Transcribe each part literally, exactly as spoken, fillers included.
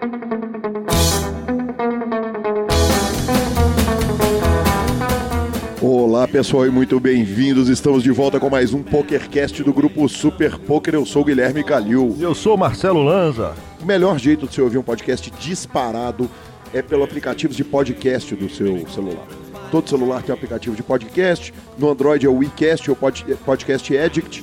Olá pessoal e muito bem-vindos, estamos de volta com mais um PokerCast do grupo Super Poker. Eu sou o Guilherme Calil. Eu sou o Marcelo Lanza. O melhor jeito de você ouvir um podcast disparado é pelo aplicativo de podcast do seu celular. Todo celular tem um aplicativo de podcast, no Android é o WeCast ou Podcast Addict,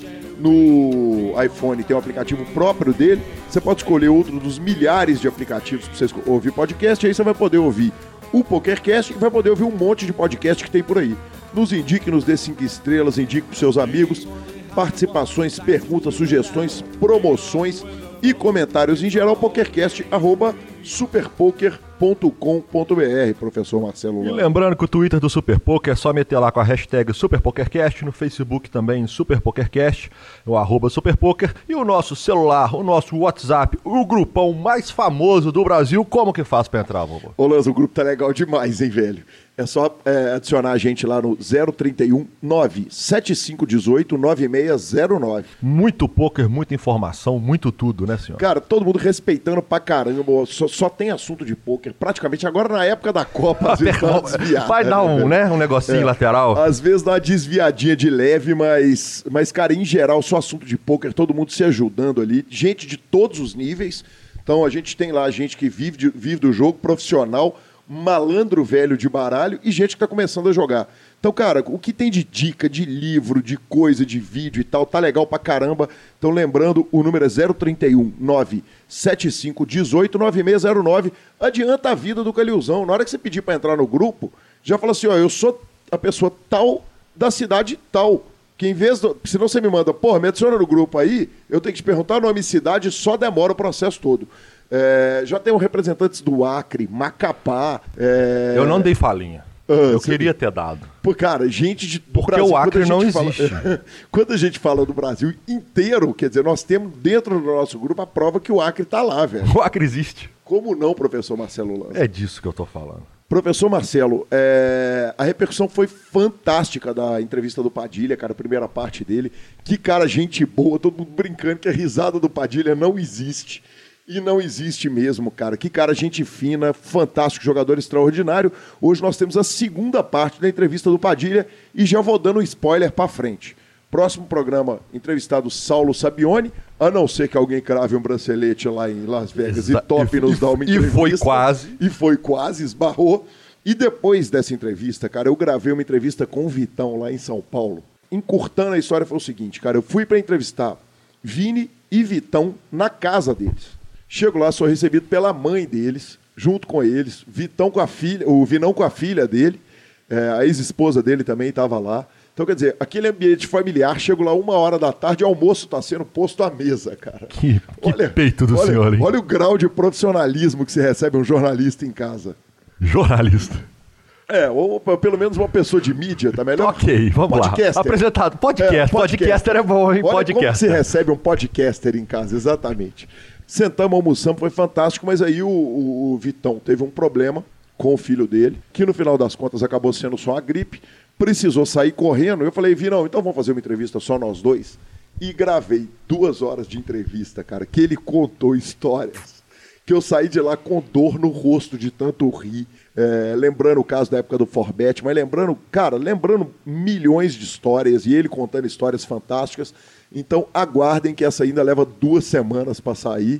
no iPhone tem um aplicativo próprio dele, você pode escolher outro dos milhares de aplicativos para você ouvir podcast, e aí você vai poder ouvir o PokerCast e vai poder ouvir um monte de podcast que tem por aí. Nos indique, nos dê cinco estrelas, indique para seus amigos, participações, perguntas, sugestões, promoções e comentários em geral, pokercast arroba superpoker ponto com ponto b r, professor Marcelo Lanza. E lembrando que o Twitter do Super Poker é só meter lá com a hashtag SuperPokerCast, no Facebook também SuperPokerCast, no arroba SuperPoker, e o nosso celular, o nosso WhatsApp, o grupão mais famoso do Brasil. Como que faz pra entrar, vovô? Ô Lanza, o grupo tá legal demais, hein, velho? É só é, adicionar a gente lá no zero trinta e um, nove sete cinco um oito, nove seis zero nove. Muito poker, muita informação, muito tudo, né, senhor? Cara, todo mundo respeitando pra caramba, só, só tem assunto de poker. Praticamente agora na época da Copa, às vezes dá uma desviada. Vai dar um, né, um negocinho é, lateral. Às vezes dá uma desviadinha de leve, mas, mas, cara, em geral, só assunto de poker, todo mundo se ajudando ali, gente de todos os níveis. Então a gente tem lá gente que vive, de, vive do jogo, profissional, malandro velho de baralho e gente que tá começando a jogar. Então, cara, o que tem de dica, de livro, de coisa, de vídeo e tal, tá legal pra caramba. Então, lembrando, o número é zero trinta e um, nove sete cinco um oito, nove seis zero nove. Adianta a vida do Calilzão. Na hora que você pedir pra entrar no grupo, já fala assim, ó, eu sou a pessoa tal da cidade tal. Que em vez do... Senão você me manda, pô, me adiciona no grupo aí, eu tenho que te perguntar nome e cidade, só demora o processo todo. É, já tem representantes do Acre, Macapá. É... Eu não dei falinha. Ah, eu queria ter dado. Pô, cara, gente de Porque Brasil, o Acre não fala... existe. Quando a gente fala do Brasil inteiro, quer dizer, nós temos dentro do nosso grupo a prova que o Acre tá lá, velho. O Acre existe. Como não, professor Marcelo Lanza? É disso que eu tô falando. Professor Marcelo, é... a repercussão foi fantástica da entrevista do Padilha, cara, a primeira parte dele. Que cara, gente boa, todo mundo brincando que a risada do Padilha não existe. E não existe mesmo, cara. Que cara, gente fina, fantástico, jogador extraordinário. Hoje nós temos a segunda parte da entrevista do Padilha e já vou dando um spoiler pra frente. Próximo programa, entrevistado Saulo Sabione, a não ser que alguém crave um bracelete lá em Las Vegas Exa- e tope e, nos dar uma entrevista. E foi quase. E foi quase, esbarrou. E depois dessa entrevista, cara, eu gravei uma entrevista com o Vitão lá em São Paulo. Encurtando a história, foi o seguinte, cara, eu fui pra entrevistar Vini e Vitão na casa deles. Chego lá, sou recebido pela mãe deles, junto com eles, Vitão com a filha, o Vinão com a filha dele, é, a ex-esposa dele também estava lá. Então, quer dizer, aquele ambiente familiar, chego lá uma hora da tarde, o almoço está sendo posto à mesa, cara. Que, que olha, peito do olha, senhor, hein? Olha o grau de profissionalismo que se recebe um jornalista em casa. Jornalista? É, ou pelo menos uma pessoa de mídia, tá melhor? Ok, vamos podcaster. lá. Apresentado, podcast. É, podcaster. Podcaster é bom, hein? Olha podcaster. Como se recebe um podcaster em casa, exatamente. Sentamos, almoçamos, foi fantástico, mas aí o, o, o Vitão teve um problema com o filho dele, que no final das contas acabou sendo só uma gripe, precisou sair correndo. Eu falei, Vinão, então vamos fazer uma entrevista só nós dois? E gravei duas horas de entrevista, cara, que ele contou histórias, que eu saí de lá com dor no rosto de tanto rir, é, lembrando o caso da época do Forbet, mas lembrando, cara, lembrando milhões de histórias, e ele contando histórias fantásticas. Então aguardem que essa ainda leva duas semanas para sair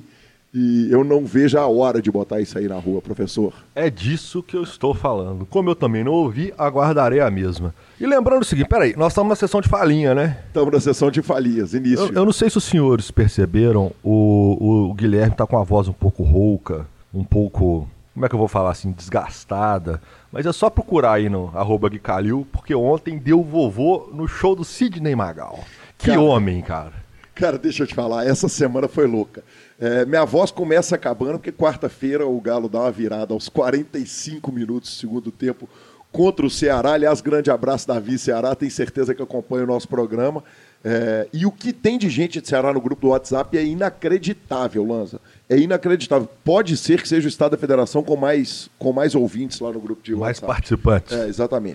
e eu não vejo a hora de botar isso aí na rua, professor. É disso que eu estou falando. Como eu também não ouvi, aguardarei a mesma. E lembrando o seguinte, peraí, nós estamos na sessão de falinha, né? Estamos na sessão de falinhas, início. Eu, eu não sei se os senhores perceberam, o, o Guilherme está com a voz um pouco rouca, um pouco, como é que eu vou falar assim, desgastada. Mas é só procurar aí no arroba Gui Calil, porque ontem deu vovô no show do Sidney Magal. Que cara, homem, cara. Cara, deixa eu te falar, essa semana foi louca. É, minha voz começa acabando, porque quarta-feira o Galo dá uma virada aos quarenta e cinco minutos do segundo tempo contra o Ceará. Aliás, grande abraço, Davi Ceará, tenho certeza que acompanha o nosso programa. É, e o que tem de gente de Ceará no grupo do WhatsApp é inacreditável, Lanza. É inacreditável. Pode ser que seja o estado da federação com mais, com mais ouvintes lá no grupo de mais WhatsApp. Mais participantes. É, exatamente.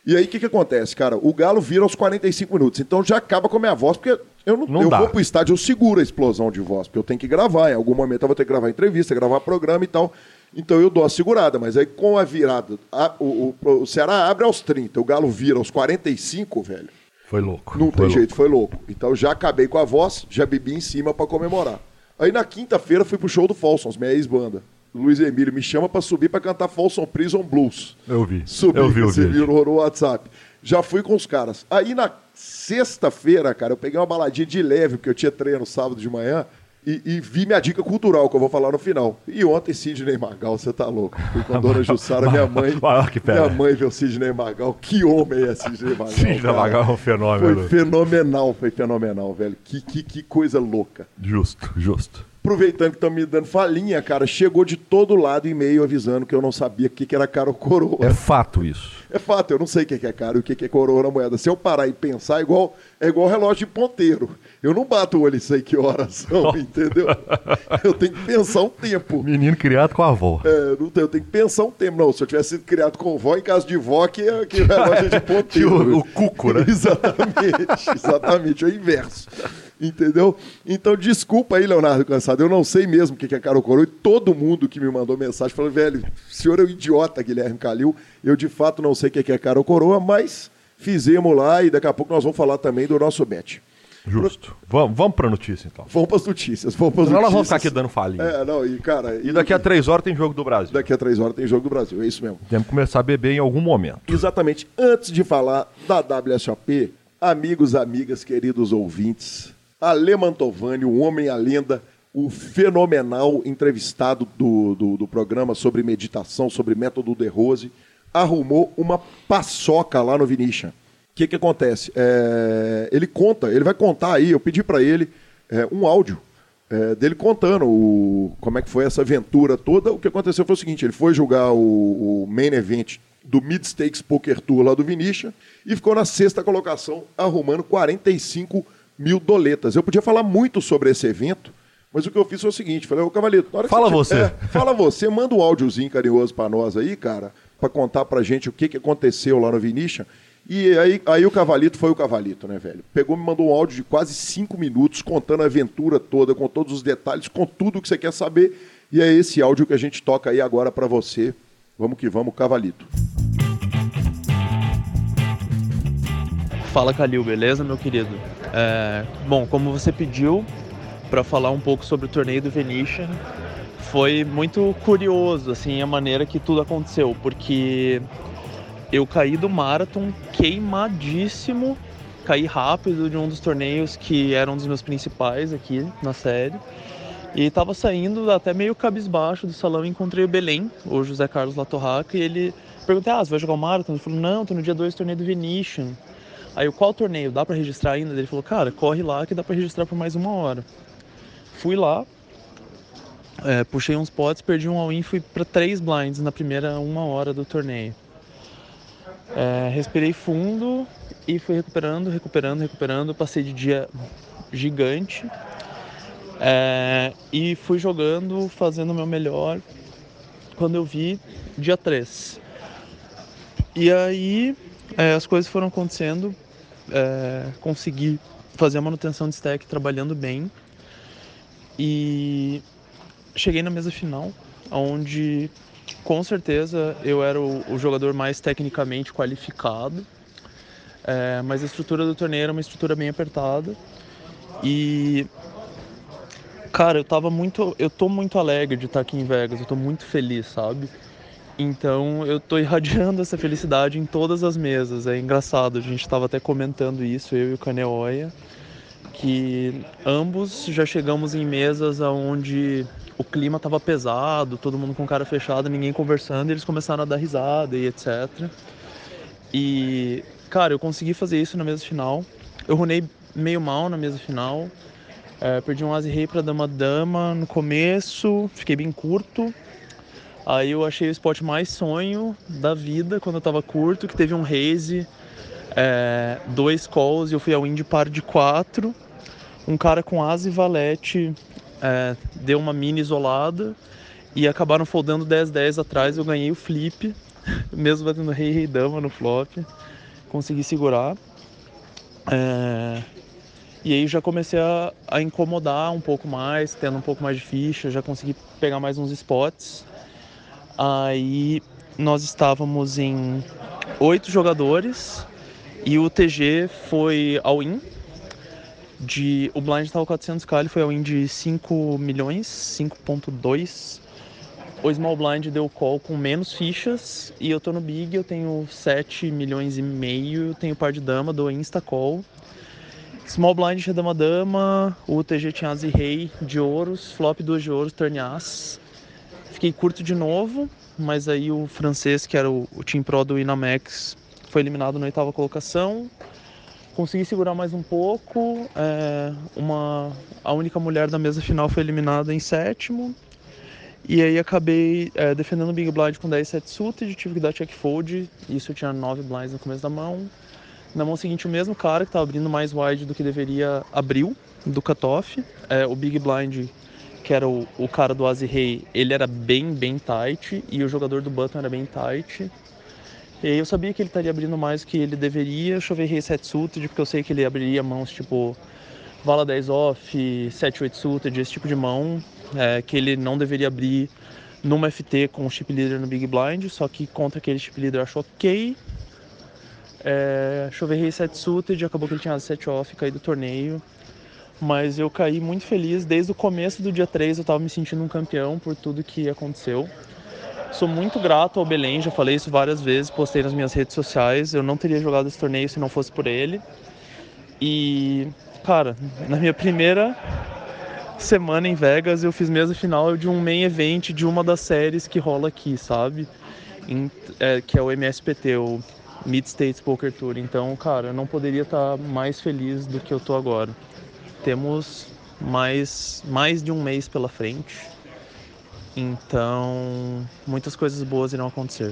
E aí, o que que acontece, cara? O Galo vira aos quarenta e cinco minutos. Então já acaba com a minha voz, porque eu não, Não eu dá. vou pro estádio, eu seguro a explosão de voz, porque eu tenho que gravar. Em algum momento eu vou ter que gravar entrevista, gravar programa e tal. Então eu dou a segurada. Mas aí com a virada, a- o, o- o Ceará abre aos trinta, o Galo vira aos quarenta e cinco, velho. Foi louco. Não foi tem jeito, foi louco. Então já acabei com a voz, já bebi em cima pra comemorar. Aí na quinta-feira fui pro show do Folsons, minha ex-banda. Luiz Emílio me chama pra subir pra cantar Folsom Prison Blues. Eu vi. Subi, eu vi o você vídeo. viu no WhatsApp. Já fui com os caras. Aí na sexta-feira, cara, eu peguei uma baladinha de leve, porque eu tinha treino sábado de manhã, e, e vi minha dica cultural, que eu vou falar no final. E ontem, Sidney Magal, você tá louco. Fui com a dona Jussara, minha mãe. Maior que pera. Minha mãe viu o Sidney Magal. Que homem é Sidney Magal. Sidney cara. Magal é um fenômeno. Foi fenomenal, foi fenomenal, velho. Que, que, que coisa louca. Justo, justo. Aproveitando que estão me dando falinha, cara, chegou de todo lado e-mail avisando que eu não sabia o que, que era cara ou coroa. É fato isso. É fato, eu não sei o que que é cara e o que que é coroa na moeda. Se eu parar e pensar, é igual, é igual relógio de ponteiro. Eu não bato o olho e sei que horas são, entendeu? Eu tenho que pensar um tempo. Menino criado com a avó. É, não tenho, eu tenho que pensar um tempo. Não, se eu tivesse sido criado com vó, em caso de vó, que é que é relógio de Que ponteiro. o, o cuco, né? Exatamente, exatamente, é o inverso. Entendeu? Então, desculpa aí, Leonardo Cansado, eu não sei mesmo o que que é cara ou coroa, e todo mundo que me mandou mensagem falou, velho, o senhor é um idiota, Guilherme Calil, eu de fato não sei o que que é cara ou coroa, mas fizemos lá e daqui a pouco nós vamos falar também do nosso bet. Justo. Vamos, vamos pra notícia, então. Vamos para as notícias, vamos para as Senão nós notícias. vamos ficar aqui dando falinha. É, não, e cara... E daqui a três horas tem jogo do Brasil. Daqui a três horas tem jogo do Brasil, é isso mesmo. Temos que começar a beber em algum momento. Exatamente. Antes de falar da W S O P, amigos, amigas, queridos ouvintes, Ale Mantovani, o homem, a lenda, o fenomenal entrevistado do, do, do programa sobre meditação, sobre método De Rose, arrumou uma paçoca lá no Vinicius. O que que acontece? É, ele conta, ele vai contar aí, eu pedi para ele é, um áudio é, dele contando o, como é que foi essa aventura toda. O que aconteceu foi o seguinte, ele foi jogar o, o main event do Mid Stakes Poker Tour lá do Vinicius e ficou na sexta colocação, arrumando quarenta e cinco mil doletas. Eu podia falar muito sobre esse evento, mas o que eu fiz foi o seguinte, falei, ô Cavalito, na hora que Fala você... você. É, fala você, manda um áudiozinho carinhoso pra nós aí, cara, pra contar pra gente o que, que aconteceu lá no Vinicius. E aí, aí o Cavalito foi o Cavalito, né, velho? Pegou, me mandou um áudio de quase cinco minutos, contando a aventura toda, com todos os detalhes, com tudo que você quer saber. E é esse áudio que a gente toca aí agora pra você. Vamos que vamos, Cavalito. Fala, Calil, beleza, meu querido? É, bom, como você pediu para falar um pouco sobre o torneio do Venetian, foi muito curioso assim a maneira que tudo aconteceu, porque eu caí do marathon queimadíssimo, caí rápido de um dos torneios que era um dos meus principais aqui na série, e tava saindo até meio cabisbaixo do salão e encontrei o Belém, o José Carlos Latorraca, e ele perguntou, ah, você vai jogar o marathon? Ele falou, não, tô no dia dois do torneio do Venetian. Aí eu, qual torneio? Dá pra registrar ainda? Ele falou, cara, corre lá que dá pra registrar por mais uma hora. Fui lá, é, puxei uns potes, perdi um all-in, fui pra três blinds na primeira uma hora do torneio. É, respirei fundo e fui recuperando, recuperando, recuperando. Passei de dia gigante. É, e fui jogando, fazendo o meu melhor. Quando eu vi, dia três. E aí, é, as coisas foram acontecendo. É, consegui fazer a manutenção de stack trabalhando bem. E cheguei na mesa final, onde com certeza eu era o, o jogador mais tecnicamente qualificado. É, mas a estrutura do torneio era uma estrutura bem apertada. E cara, eu tava muito, eu tô muito alegre de estar aqui em Vegas, eu tô muito feliz, sabe? Então eu tô irradiando essa felicidade em todas as mesas. É engraçado, a gente tava até comentando isso, eu e o Caneoia, que ambos já chegamos em mesas onde o clima tava pesado, todo mundo com cara fechada, ninguém conversando, e eles começaram a dar risada e etcétera. E, cara, eu consegui fazer isso na mesa final. Eu runei meio mal na mesa final. É, perdi um Ace Rei pra Dama-Dama no começo, fiquei bem curto. Aí eu achei o spot mais sonho da vida quando eu tava curto, que teve um raise, é, dois calls e eu fui ao win de par de quatro. Um cara com Ace e Valete é, deu uma mini isolada e acabaram foldando dez dez atrás, eu ganhei o flip, mesmo batendo Rei Rei Dama no flop. consegui segurar. É... E aí já comecei a, a incomodar um pouco mais, tendo um pouco mais de ficha, já consegui pegar mais uns spots. Aí nós estávamos em oito jogadores e o T G foi all-in. De, o blind estava quatrocentos k, ele foi all-in de cinco milhões, cinco ponto dois. O small blind deu call com menos fichas e eu tô no big, eu tenho sete milhões e meio, tenho par de dama, dou insta call. Small blind tinha dama dama, o T G tinha as e rei de ouros, flop duas de ouros, turn as. Fiquei curto de novo, mas aí o francês, que era o, o team pro do Winamax, foi eliminado na oitava colocação. Consegui segurar mais um pouco, é, uma, a única mulher da mesa final foi eliminada em sétimo. E aí acabei é, defendendo o Big Blind com dez sete suited, tive que dar check fold, isso eu tinha nove blinds no começo da mão. Na mão seguinte o mesmo cara que estava abrindo mais wide do que deveria abriu, do cutoff. É, o Big Blind, que era o, o cara do As e Rei, ele era bem, bem tight, e o jogador do button era bem tight. E aí eu sabia que ele estaria abrindo mais do que ele deveria, chovei rei sete suited, porque eu sei que ele abriria mãos tipo vala dez off, sete oito suited, esse tipo de mão, é, que ele não deveria abrir numa F T com o chip leader no Big Blind, só que contra aquele chip leader eu acho ok. É, chovei rei sete suited, acabou que ele tinha as sete off, caí do torneio. Mas eu caí muito feliz, desde o começo do dia três eu estava me sentindo um campeão por tudo que aconteceu. Sou muito grato ao Belém, já falei isso várias vezes, postei nas minhas redes sociais. Eu não teria jogado esse torneio se não fosse por ele. E, cara, na minha primeira semana em Vegas, eu fiz mesa final de um main event de uma das séries que rola aqui, sabe? Em, é, que é o M S P T, o Mid States Poker Tour. Então, cara, eu não poderia estar mais feliz do que eu tô agora. Temos mais, mais de um mês pela frente. Então, muitas coisas boas irão acontecer.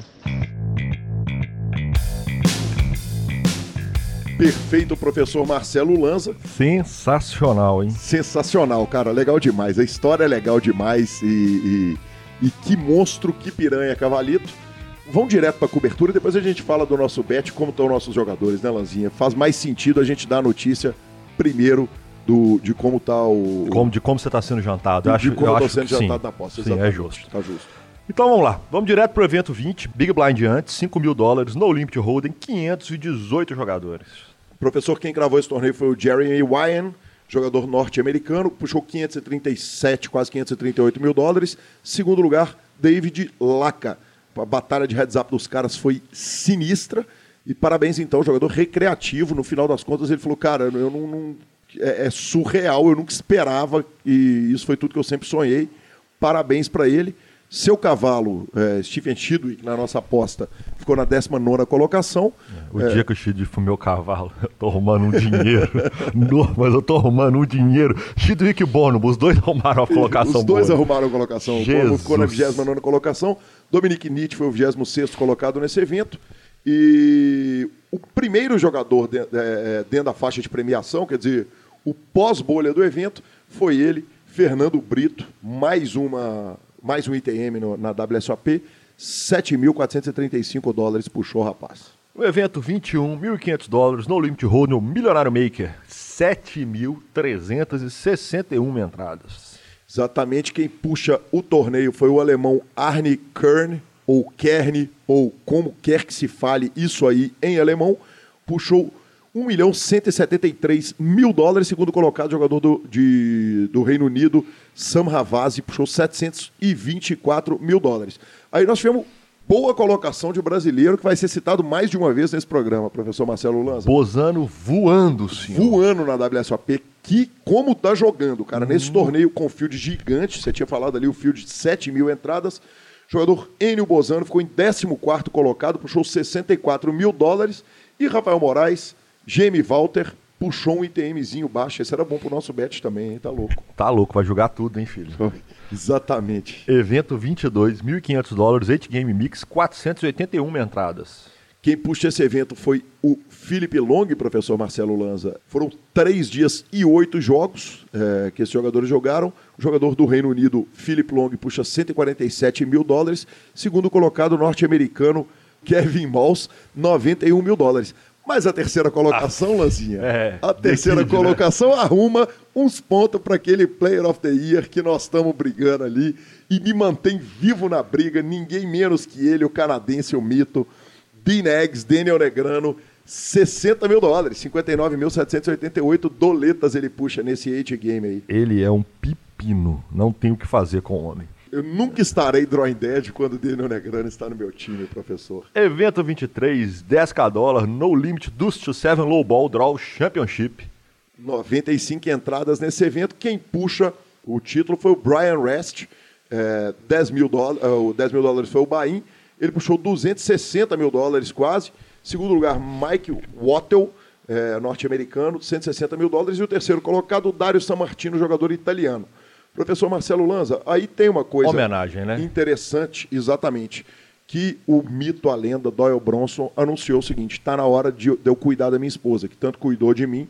Perfeito, professor Marcelo Lanza. Sensacional, hein? Sensacional, cara. Legal demais. A história é legal demais. E, e, e que monstro, que piranha, cavalito. Vamos direto para a cobertura e depois a gente fala do nosso bet, como estão nossos jogadores, né, Lanzinha? Faz mais sentido a gente dar a notícia primeiro do, de como tá o... Como, de como você está sendo jantado. Eu de acho, como eu eu tô acho sendo que jantado sim. na aposta. Sim, é justo. Tá justo. Então vamos lá. Vamos direto pro evento vinte. Big Blind antes, cinco mil dólares, no limit holding, quinhentos e dezoito jogadores. Professor, quem gravou esse torneio foi o Jeremy Wyan, jogador norte-americano, puxou quinhentos e trinta e sete, quase quinhentos e trinta e oito mil dólares. Segundo lugar, David Laca. A batalha de heads up dos caras foi sinistra. E parabéns, então, jogador recreativo. No final das contas, ele falou, cara, eu não, não é, é surreal, eu nunca esperava, e isso foi tudo que eu sempre sonhei. Parabéns para ele. Seu cavalo, é, Stephen Chidwick, na nossa aposta, ficou na décima nona colocação. O é... dia que o Chidwick foi meu cavalo, eu tô arrumando um dinheiro. no, mas eu tô arrumando um dinheiro. Chidwick e Bono, os dois arrumaram a colocação. Os dois boa. arrumaram a colocação. O Bono ficou na vigésima nona colocação. Dominic Nietzsche foi o vigésimo sexto colocado nesse evento. E o primeiro jogador de, de, dentro da faixa de premiação, quer dizer, o pós-bolha do evento, foi ele, Fernando Brito, mais uma... mais um I T M no, na W S O P, sete mil quatrocentos e trinta e cinco dólares puxou o rapaz. O evento vinte e um, mil e quinhentos dólares, no limit hold, no Milionário Maker, sete mil trezentas e sessenta e uma entradas. Exatamente, quem puxa o torneio foi o alemão Arne Kern, ou Kern, ou como quer que se fale isso aí em alemão, puxou um milhão cento e setenta e três mil dólares, segundo colocado, jogador do, de, do Reino Unido, Sam Ravazzi, puxou setecentos e vinte e quatro mil dólares. Aí nós tivemos boa colocação de brasileiro, que vai ser citado mais de uma vez nesse programa, professor Marcelo Lanza. Bozano voando, senhor. Voando na W S O P, que como tá jogando, cara, hum. nesse torneio com field gigante, você tinha falado ali o field de sete mil entradas, jogador Enio Bozano ficou em décimo quarto colocado, puxou sessenta e quatro mil dólares, e Rafael Moraes, Jamie Walter, puxou um ITMzinho baixo. Esse era bom pro nosso bet também, hein? Tá louco. Tá louco, vai jogar tudo, hein, filho? Exatamente. Evento vinte e dois, mil e quinhentos dólares, oito game mix, quatrocentas e oitenta e uma entradas. Quem puxa esse evento foi o Felipe Long, professor Marcelo Lanza. Foram três dias e oito jogos é, que esses jogadores jogaram. O jogador do Reino Unido, Philip Long, puxa cento e quarenta e sete mil dólares. Segundo colocado, norte-americano, Kevin Moss, noventa e um mil dólares. Mas a terceira colocação, ah, Lanzinha, é, a terceira decide, colocação, né? Arruma uns pontos para aquele Player of the Year que nós estamos brigando ali e me mantém vivo na briga, ninguém menos que ele, o canadense, o mito, Dean Eggs, Daniel Negreanu, sessenta mil dólares, cinquenta e nove mil setecentos e oitenta e oito doletas ele puxa nesse eight game aí. Ele é um pepino, não tem o que fazer com o homem. Eu nunca estarei drawing dead quando o Daniel Negreanu está no meu time, professor. Evento vinte e três, dez k dólar, No Limit Dust to seven Low Ball Draw Championship. noventa e cinco entradas nesse evento. Quem puxa o título foi o Brian Rest. É, dez mil dólares foi o Bain. Ele puxou duzentos e sessenta mil dólares quase. Segundo lugar, Mike Wattel, é, norte-americano, cento e sessenta mil dólares. E o terceiro colocado, Dario Sammartino, jogador italiano. Professor Marcelo Lanza, aí tem uma coisa homenagem, né? Interessante, exatamente, que o mito, a lenda, Doyle Bronson anunciou o seguinte: está na hora de eu cuidar da minha esposa, que tanto cuidou de mim,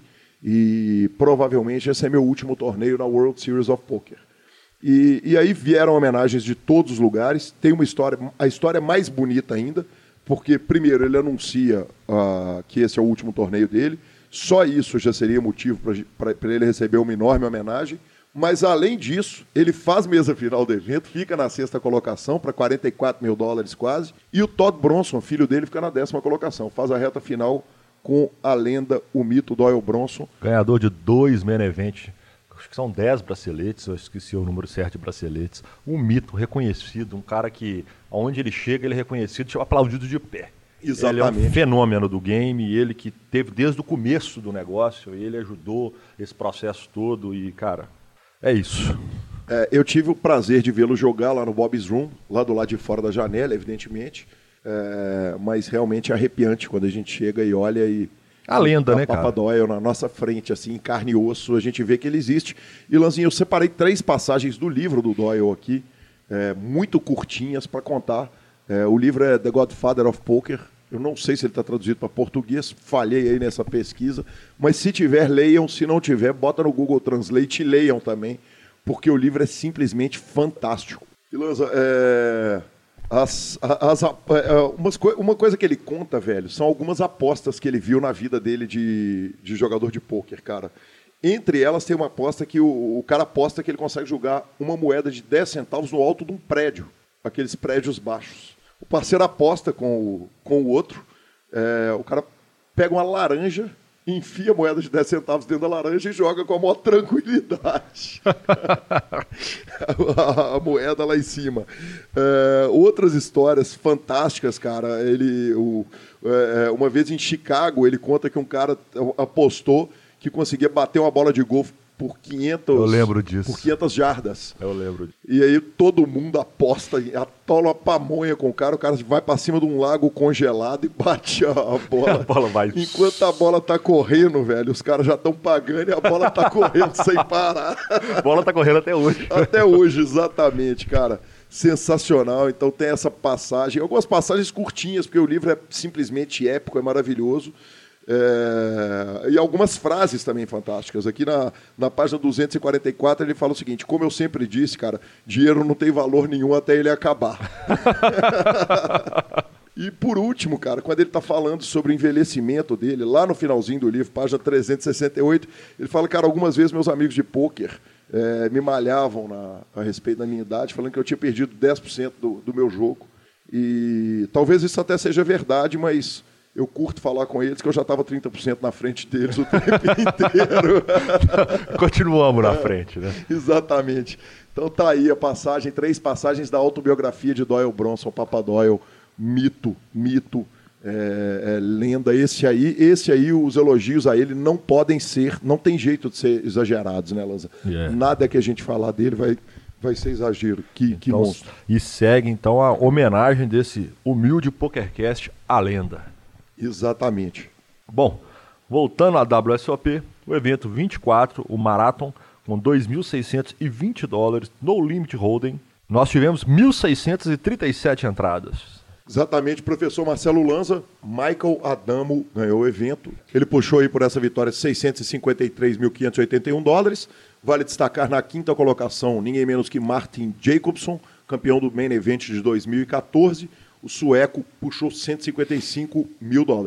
e provavelmente esse é meu último torneio na World Series of Poker. E, e aí vieram homenagens de todos os lugares. Tem uma história, a história é mais bonita ainda, porque primeiro ele anuncia uh, que esse é o último torneio dele, só isso já seria motivo para ele receber uma enorme homenagem. Mas, além disso, ele faz mesa final do evento, fica na sexta colocação, para quarenta e quatro mil dólares quase, e o Todd Bronson, filho dele, fica na décima colocação. Faz a reta final com a lenda, o mito Doyle Bronson. Ganhador de dois main event, acho que são dez braceletes, eu esqueci o número certo de braceletes. Um mito reconhecido, um cara que, aonde ele chega, ele é reconhecido, aplaudido de pé. Exatamente. Ele é um fenômeno do game, ele que teve desde o começo do negócio, ele ajudou esse processo todo e, cara... É isso. É, eu tive o prazer de vê-lo jogar lá no Bob's Room, lá do lado de fora da janela, evidentemente. É, mas realmente é arrepiante quando a gente chega e olha e... A lenda, a né, Papa cara? Doyle na nossa frente, assim, em carne e osso, a gente vê que ele existe. E, Lanzinho, eu separei três passagens do livro do Doyle aqui, é, muito curtinhas para contar. É, o livro é The Godfather of Poker. Eu não sei se ele está traduzido para português, falhei aí nessa pesquisa, mas se tiver, leiam, se não tiver, bota no Google Translate e leiam também, porque o livro é simplesmente fantástico. E, Lanza, é... as, as, as, umas, uma coisa que ele conta, velho, são algumas apostas que ele viu na vida dele de, de jogador de pôquer, cara. Entre elas tem uma aposta que o, o cara aposta que ele consegue jogar uma moeda de dez centavos no alto de um prédio, aqueles prédios baixos. O parceiro aposta com o, com o outro, é, o cara pega uma laranja, enfia a moeda de dez centavos dentro da laranja e joga com a maior tranquilidade. a, a moeda lá em cima. É, outras histórias fantásticas, cara. Ele, o, é, uma vez em Chicago, ele conta que um cara apostou que conseguia bater uma bola de golfe por quinhentas, eu lembro disso. Por quinhentas jardas. Eu lembro. E aí todo mundo aposta, atola uma pamonha com o cara, o cara vai pra cima de um lago congelado e bate a bola. A bola vai. Enquanto a bola tá correndo, velho, os caras já estão pagando e a bola tá correndo sem parar. A bola tá correndo até hoje. Até hoje, exatamente, cara. Sensacional. Então tem essa passagem, algumas passagens curtinhas, porque o livro é simplesmente épico, é maravilhoso. É, e algumas frases também fantásticas. Aqui na, na página duzentos e quarenta e quatro ele fala o seguinte: como eu sempre disse, cara, dinheiro não tem valor nenhum até ele acabar. E por último, cara, quando ele está falando sobre o envelhecimento dele, lá no finalzinho do livro, página trezentos e sessenta e oito, ele fala, cara, algumas vezes meus amigos de pôquer é, me malhavam na, a respeito da minha idade, falando que eu tinha perdido dez por cento do, do meu jogo. E talvez isso até seja verdade, mas eu curto falar com eles que eu já estava trinta por cento na frente deles o tempo inteiro. Continuamos na frente, né? É, exatamente. Então tá aí a passagem, três passagens da autobiografia de Doyle Bronson, Papa Doyle, mito, mito, é, é, lenda. Esse aí, esse aí, os elogios a ele não podem ser, não tem jeito de ser exagerados, né, Lanza? Yeah. Nada que a gente falar dele vai, vai ser exagero. Que, então, que monstro. E segue, então, a homenagem desse humilde PokerCast à lenda. Exatamente. Bom, voltando à W S O P, o evento vinte e quatro, o Marathon, com dois mil seiscentos e vinte dólares, no limit holding, nós tivemos mil seiscentas e trinta e sete entradas. Exatamente, professor Marcelo Lanza, Michael Adamo ganhou o evento. Ele puxou aí por essa vitória seiscentos e cinquenta e três mil quinhentos e oitenta e um dólares. Vale destacar na quinta colocação, ninguém menos que Martin Jacobson, campeão do Main Event de dois mil e quatorze. O sueco puxou cento e cinquenta e cinco mil dólares.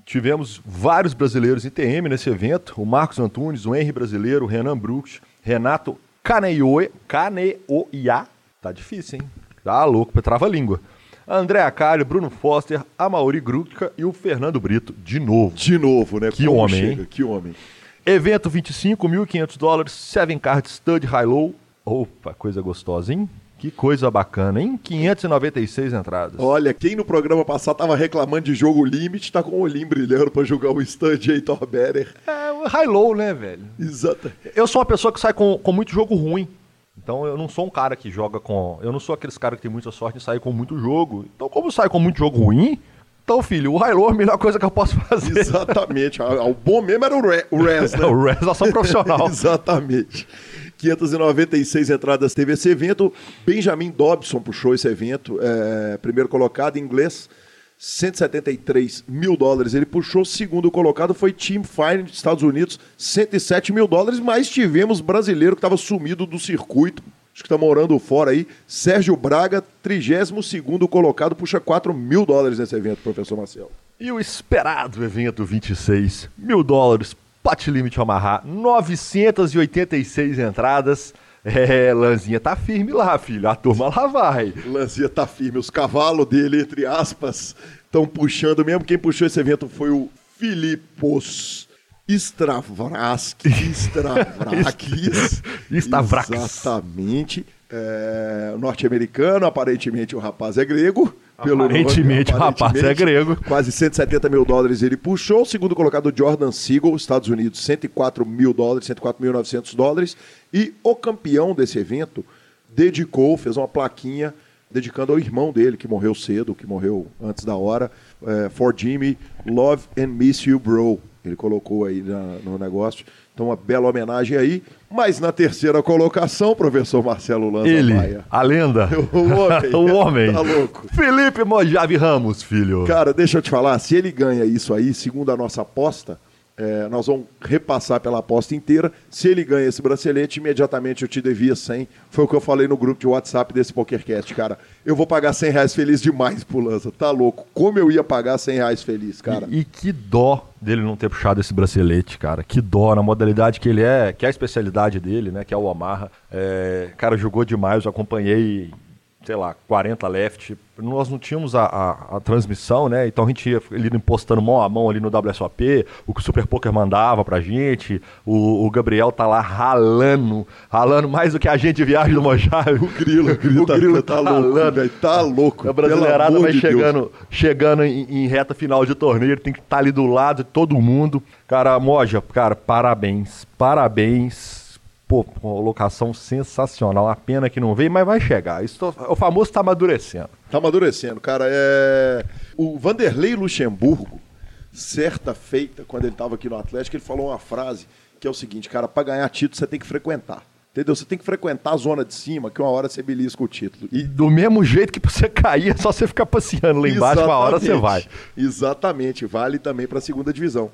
tivemos vários brasileiros em T M nesse evento. O Marcos Antunes, o Henry brasileiro, o Renan Brooks, Renato Caneoia, Caneoia, tá difícil, hein? Tá louco, trava a língua. André Acalho, Bruno Foster, Amaury Grutka e o Fernando Brito, de novo. De novo, né? Que Como homem, chega, hein? Que homem. Evento vinte e cinco, mil e quinhentos dólares, seven card stud high-low. Opa, coisa gostosa, hein? Que coisa bacana, hein? quinhentas e noventa e seis entradas. Olha, quem no programa passado tava reclamando de jogo limite, tá com o olhinho brilhando pra jogar o stand aí, Thor Better. É, high-low, né, velho? Exato. Eu sou uma pessoa que sai com, com muito jogo ruim. Então eu não sou um cara que joga com... Eu não sou aqueles caras que tem muita sorte de sair com muito jogo. Então como eu saio com muito jogo ruim... Então, filho, o high-low é a melhor coisa que eu posso fazer. Exatamente. O bom mesmo era o Res, né? O Res é ação profissional. Exatamente. quinhentas e noventa e seis entradas teve esse evento. Benjamin Dobson puxou esse evento. É, primeiro colocado em inglês, cento e setenta e três mil dólares. Ele puxou. Segundo colocado foi Team Fine dos Estados Unidos, cento e sete mil dólares. Mas tivemos brasileiro que estava sumido do circuito. Acho que está morando fora aí. Sérgio Braga, trigésimo segundo colocado, puxa quatro mil dólares nesse evento, professor Marcelo. E o esperado evento vinte e seis mil dólares, Pot Limit Omaha, novecentas e oitenta e seis entradas. É, Lanzinha tá firme lá, filho. A turma lá vai. Lanzinha tá firme. Os cavalos dele, entre aspas, estão puxando mesmo. Quem puxou esse evento foi o Filipos Stravrakis. Stravrakis. Stravrakis. Exatamente. É, norte-americano, aparentemente o rapaz é grego. Pelo aparentemente nome, o rapaz é grego. Quase cento e setenta mil dólares ele puxou. O segundo colocado, Jordan Siegel, Estados Unidos, cento e quatro mil dólares, cento e quatro mil e novecentos dólares. E o campeão desse evento dedicou, fez uma plaquinha dedicando ao irmão dele, que morreu cedo, que morreu antes da hora. É, For Jimmy, Love and Miss You, Bro. Ele colocou aí na, no negócio. Então, uma bela homenagem aí. Mas na terceira colocação, professor Marcelo Lanza Ele, Maia. a lenda. O homem. O homem. Tá louco. Felipe Mojave Ramos, filho. Cara, deixa eu te falar, se ele ganha isso aí, segundo a nossa aposta, é, nós vamos repassar pela aposta inteira. Se ele ganha esse bracelete, imediatamente eu te devia cem. Foi o que eu falei no grupo de WhatsApp desse PokerCast, cara. Eu vou pagar cem reais feliz demais pro Lanza. Tá louco. Como eu ia pagar cem reais feliz, cara? E, e que dó dele não ter puxado esse bracelete, cara. Que dó, na modalidade que ele é, que é a especialidade dele, né, que é o Omaha. É, cara, jogou demais, eu acompanhei, sei lá, quarenta left. Nós não tínhamos a, a, a transmissão, né? Então a gente ia ele postando mão a mão ali no W S O P, o que o Super Poker mandava pra gente. O, o Gabriel tá lá ralando, ralando mais do que a gente de viagem do Mojave. O Grilo, o Grilo, o Grilo tá, tá, tá louco, velho. Tá louco. A brasileirada vai de chegando, chegando em, em reta final de torneio, ele tem que estar ali do lado de todo mundo. Cara, Moja, cara, parabéns, parabéns. Pô, colocação sensacional. A pena que não veio, mas vai chegar. Isso, o famoso tá amadurecendo. Tá amadurecendo, cara. É... O Vanderlei Luxemburgo, certa feita, quando ele estava aqui no Atlético, ele falou uma frase que é o seguinte, cara, para ganhar título você tem que frequentar. Entendeu? Você tem que frequentar a zona de cima, que uma hora você belisca o título. E do mesmo jeito que pra você cair, é só você ficar passeando lá embaixo, uma hora você vai. Exatamente. Vale também para a segunda divisão.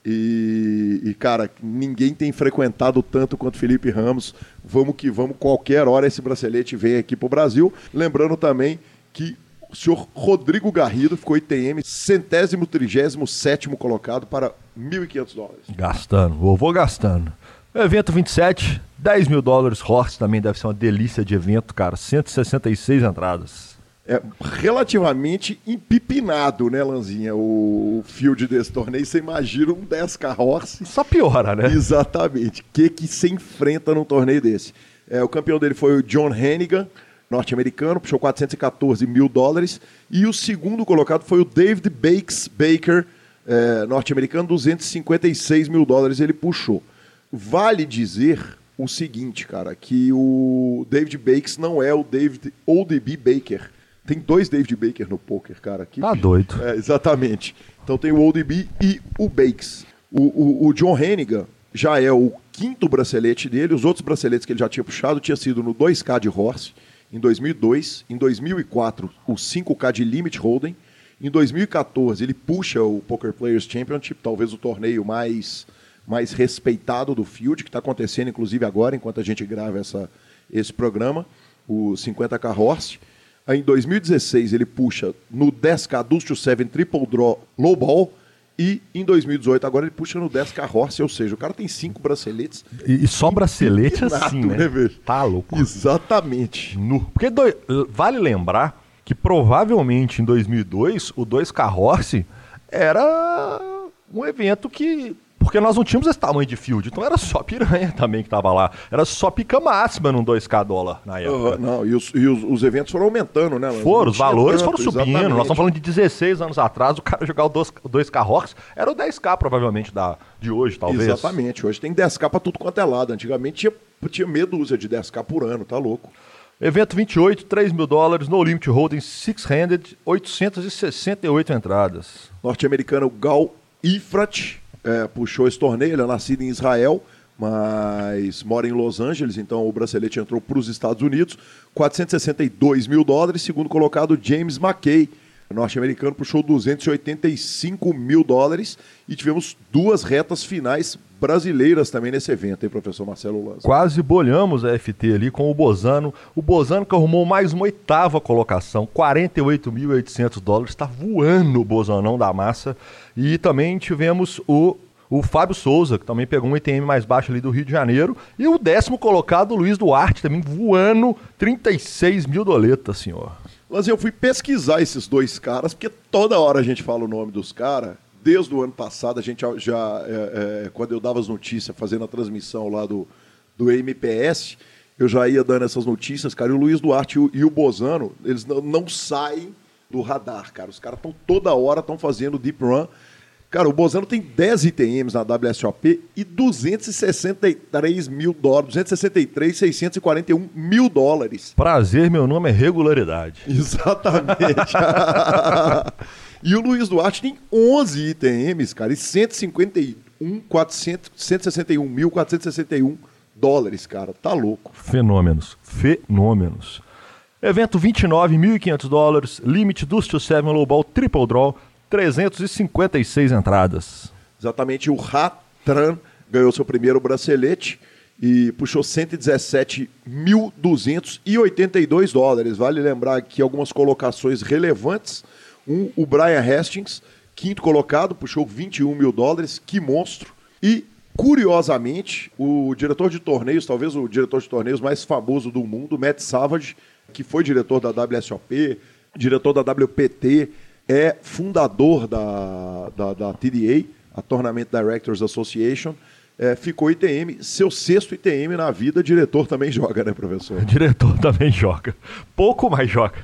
E, e, cara, ninguém tem frequentado tanto quanto Felipe Ramos. Vamos que vamos, qualquer hora esse bracelete vem aqui pro Brasil. Lembrando também que o senhor Rodrigo Garrido ficou I T M, centésimo, trigésimo, sétimo colocado para mil e quinhentos dólares. Gastando, vou, vou gastando. Evento vinte e sete, dez mil dólares. Horse também deve ser uma delícia de evento, cara. cento e sessenta e seis entradas. É relativamente empipinado, né, Lanzinha? O, o field desse torneio, você imagina um dez K Horse. Só piora, né? Exatamente. O que, que se enfrenta num torneio desse? É, o campeão dele foi o John Hennigan, norte-americano, puxou quatrocentos e quatorze mil dólares. E o segundo colocado foi o David Bakes Baker, é, norte-americano, duzentos e cinquenta e seis mil dólares ele puxou. Vale dizer o seguinte, cara, que o David Bakes não é o David O D B Baker. Tem dois David Baker no poker, cara. Aqui. Tá doido. É, exatamente. Então tem o O D B e o Bakes. O, o, o John Hennigan já é o quinto bracelete dele. Os outros braceletes que ele já tinha puxado tinha sido no dois K de Horse, em dois mil e dois. Em dois mil e quatro, o cinco K de Limit Hold'em. Em dois mil e quatorze, ele puxa o Poker Players Championship, talvez o torneio mais, mais respeitado do field, que está acontecendo, inclusive, agora, enquanto a gente grava essa, esse programa, o cinquenta K Horse. Aí, em dois mil e dezesseis, ele puxa no dez K Deuce to sete Triple Draw Low Ball. E em dois mil e dezoito, agora ele puxa no dez K Horse, ou seja, o cara tem cinco braceletes. E, e só bracelete assim, né? né Tá louco. Exatamente. Nu. Porque do... vale lembrar que provavelmente em dois mil e dois o dois K Horse era um evento que... Porque nós não tínhamos esse tamanho de field, então era só piranha também que tava lá. Era só pica máxima num dois K dólar na época. Uhum, não, e, os, e os, os eventos foram aumentando, né? Foram, os valores tanto, foram subindo. Exatamente. Nós estamos falando de dezesseis anos atrás, o cara jogar o dois K Horse era o dez K provavelmente da, de hoje, talvez. Exatamente, hoje tem dez K pra tudo quanto é lado. Antigamente tinha, tinha meia dúzia de dez K por ano, tá louco. Evento vinte e oito, três mil dólares, No Limit Hold'em, six-handed, oitocentas e sessenta e oito entradas. Norte-americano Gal Ifrat é, puxou esse torneio, ele é nascido em Israel, mas mora em Los Angeles, então o bracelete entrou para os Estados Unidos. quatrocentos e sessenta e dois mil dólares, segundo colocado James McKay, norte-americano, puxou duzentos e oitenta e cinco mil dólares e tivemos duas retas finais brasileiras também nesse evento, hein, professor Marcelo Lanza? Quase bolhamos a F T ali com o Bozano. O Bozano que arrumou mais uma oitava colocação, quarenta e oito mil e oitocentos dólares, está voando o Bozanão da massa. E também tivemos o, o Fábio Souza, que também pegou um I T M mais baixo ali do Rio de Janeiro. E o décimo colocado, o Luiz Duarte, também voando trinta e seis mil doletas, senhor. Mas eu fui pesquisar esses dois caras, porque toda hora a gente fala o nome dos caras. Desde o ano passado, a gente já, já é, é, quando eu dava as notícias, fazendo a transmissão lá do, do M P S, eu já ia dando essas notícias, cara. E o Luiz Duarte e o, e o Bozano, eles não, não saem do radar, cara. Os caras estão toda hora estão fazendo deep run. Cara, o Bozano tem dez I T Ms na W S O P e duzentos e sessenta e três mil dólares, duzentos e sessenta e três, seiscentos e quarenta e um mil dólares. Prazer, meu nome é regularidade. Exatamente. E o Luiz Duarte tem onze I T Ms, cara, e cento e cinquenta e um, quatrocentos, cento e sessenta e um mil, quatrocentos e sessenta e um dólares, cara. Tá louco. Fenômenos. Fenômenos. Evento vinte e nove mil e quinhentos dólares, Limit Dust to Seven Low Ball Triple Draw, trezentas e cinquenta e seis entradas. Exatamente, o Ratran ganhou seu primeiro bracelete e puxou cento e dezessete mil duzentos e oitenta e dois dólares. Vale lembrar aqui algumas colocações relevantes. Um, o Brian Hastings, quinto colocado, puxou vinte e um mil dólares, que monstro. E, curiosamente, o diretor de torneios, talvez o diretor de torneios mais famoso do mundo, Matt Savage, que foi diretor da W S O P, diretor da W P T, é fundador da, da, da T D A, a Tournament Directors Association, é, ficou I T M, seu sexto I T M na vida, diretor também joga, né, professor? Diretor também joga. Pouco, mais joga.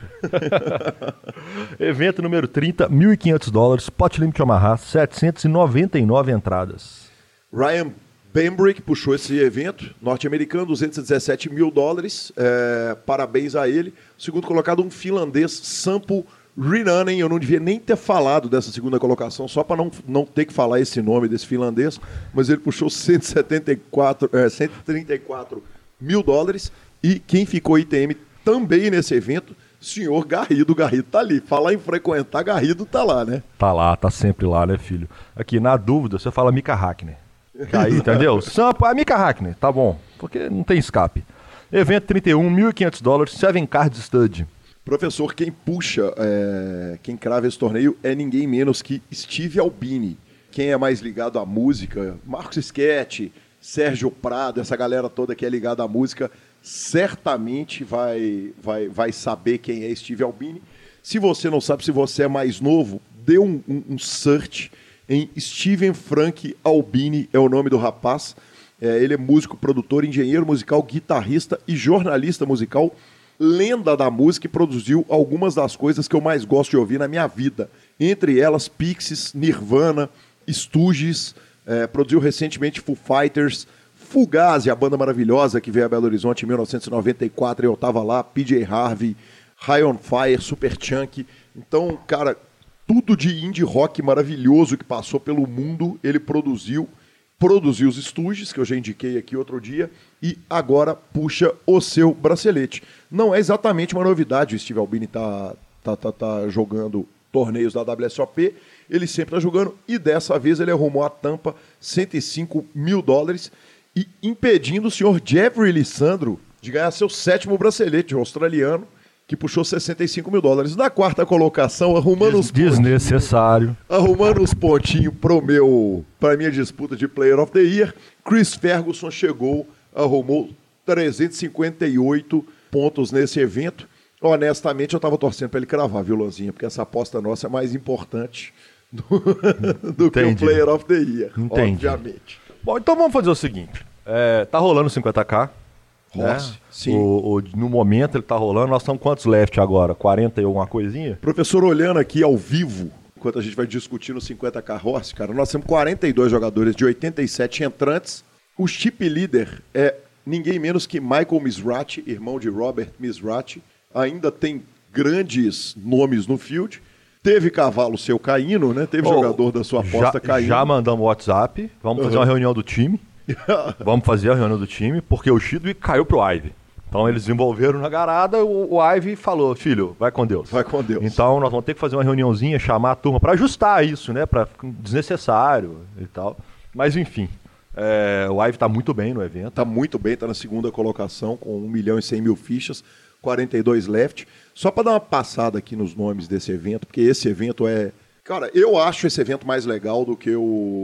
Evento número trinta, mil e quinhentos dólares, Pot Limit Omaha, setecentas e noventa e nove entradas. Ryan Bambrick puxou esse evento, norte-americano, duzentos e dezessete mil dólares, é, parabéns a ele. Segundo colocado, um finlandês, Sampo Rinanen, eu não devia nem ter falado dessa segunda colocação, só para não, não ter que falar esse nome desse finlandês, mas ele puxou cento e setenta e quatro, é, cento e trinta e quatro mil dólares, e quem ficou I T M também nesse evento, senhor Garrido. Garrido tá ali. Falar em frequentar, Garrido tá lá, né? Tá lá, tá sempre lá, né, filho? Aqui, na dúvida, você fala Mika Hakkinen. Aí, entendeu? Sampo, é Mika Hakkinen, tá bom, porque não tem escape. Evento trinta e um, mil e quinhentos dólares, Seven Cards Stud. Professor, quem puxa, é, quem crava esse torneio é ninguém menos que Steve Albini. Quem é mais ligado à música, Marcos Sketch, Sérgio Prado, essa galera toda que é ligada à música, certamente vai, vai, vai saber quem é Steve Albini. Se você não sabe, se você é mais novo, dê um, um, um search em Steven Frank Albini, é o nome do rapaz. É, ele é músico, produtor, engenheiro musical, guitarrista e jornalista musical, lenda da música, e produziu algumas das coisas que eu mais gosto de ouvir na minha vida. Entre elas, Pixies, Nirvana, Stooges, é, produziu recentemente Foo Fighters, Fugazi, a banda maravilhosa que veio a Belo Horizonte em mil novecentos e noventa e quatro, eu estava lá, P J Harvey, High on Fire, Superchunk. Então, cara, tudo de indie rock maravilhoso que passou pelo mundo, ele produziu. Produziu os Stooges, que eu já indiquei aqui outro dia, e agora puxa o seu bracelete. Não é exatamente uma novidade, o Steve Albini tá, tá, tá, tá jogando torneios da W S O P, ele sempre está jogando, e dessa vez ele arrumou a tampa, cento e cinco mil dólares, e impedindo o senhor Jeffrey Lissandro de ganhar seu sétimo bracelete, o australiano, que puxou sessenta e cinco mil dólares. Na quarta colocação, arrumando Des- os pontinhos, Desnecessário. arrumando os pontinhos pro meu, pra minha disputa de Player of the Year, Chris Ferguson chegou, arrumou trezentos e cinquenta e oito pontos nesse evento. Honestamente, eu tava torcendo pra ele cravar, viu, Lanzinha? Porque essa aposta nossa é mais importante do, do que o Entendi. Player of the Year, Entendi. obviamente. Bom, então vamos fazer o seguinte. É, tá rolando o cinquenta K. Né? Nossa, sim. O, o- no momento ele tá rolando. Nós estamos quantos left agora? quarenta e alguma coisinha? Professor, olhando aqui ao vivo, enquanto a gente vai discutir no cinquenta K Horse, cara, nós temos quarenta e dois jogadores de oitenta e sete entrantes. O chip líder é ninguém menos que Michael Mizrachi, irmão de Robert Mizrachi. Ainda tem grandes nomes no field. Teve cavalo seu caindo, né? Teve Oh, jogador da sua aposta já, caindo. Já mandamos o WhatsApp. Vamos fazer Uhum. uma reunião do time. Vamos fazer a reunião do time, porque o Chidwick caiu pro Ivy. Então eles desenvolveram na garada, o, o Ivy falou, filho, vai com Deus. Vai com Deus. Então nós vamos ter que fazer uma reuniãozinha, chamar a turma para ajustar isso, né? Para desnecessário e tal. Mas enfim, é, o Ivy tá muito bem no evento. Tá muito bem, tá na segunda colocação com um milhão e cem mil fichas, quarenta e dois left. Só para dar uma passada aqui nos nomes desse evento, porque esse evento é... Cara, eu acho esse evento mais legal do que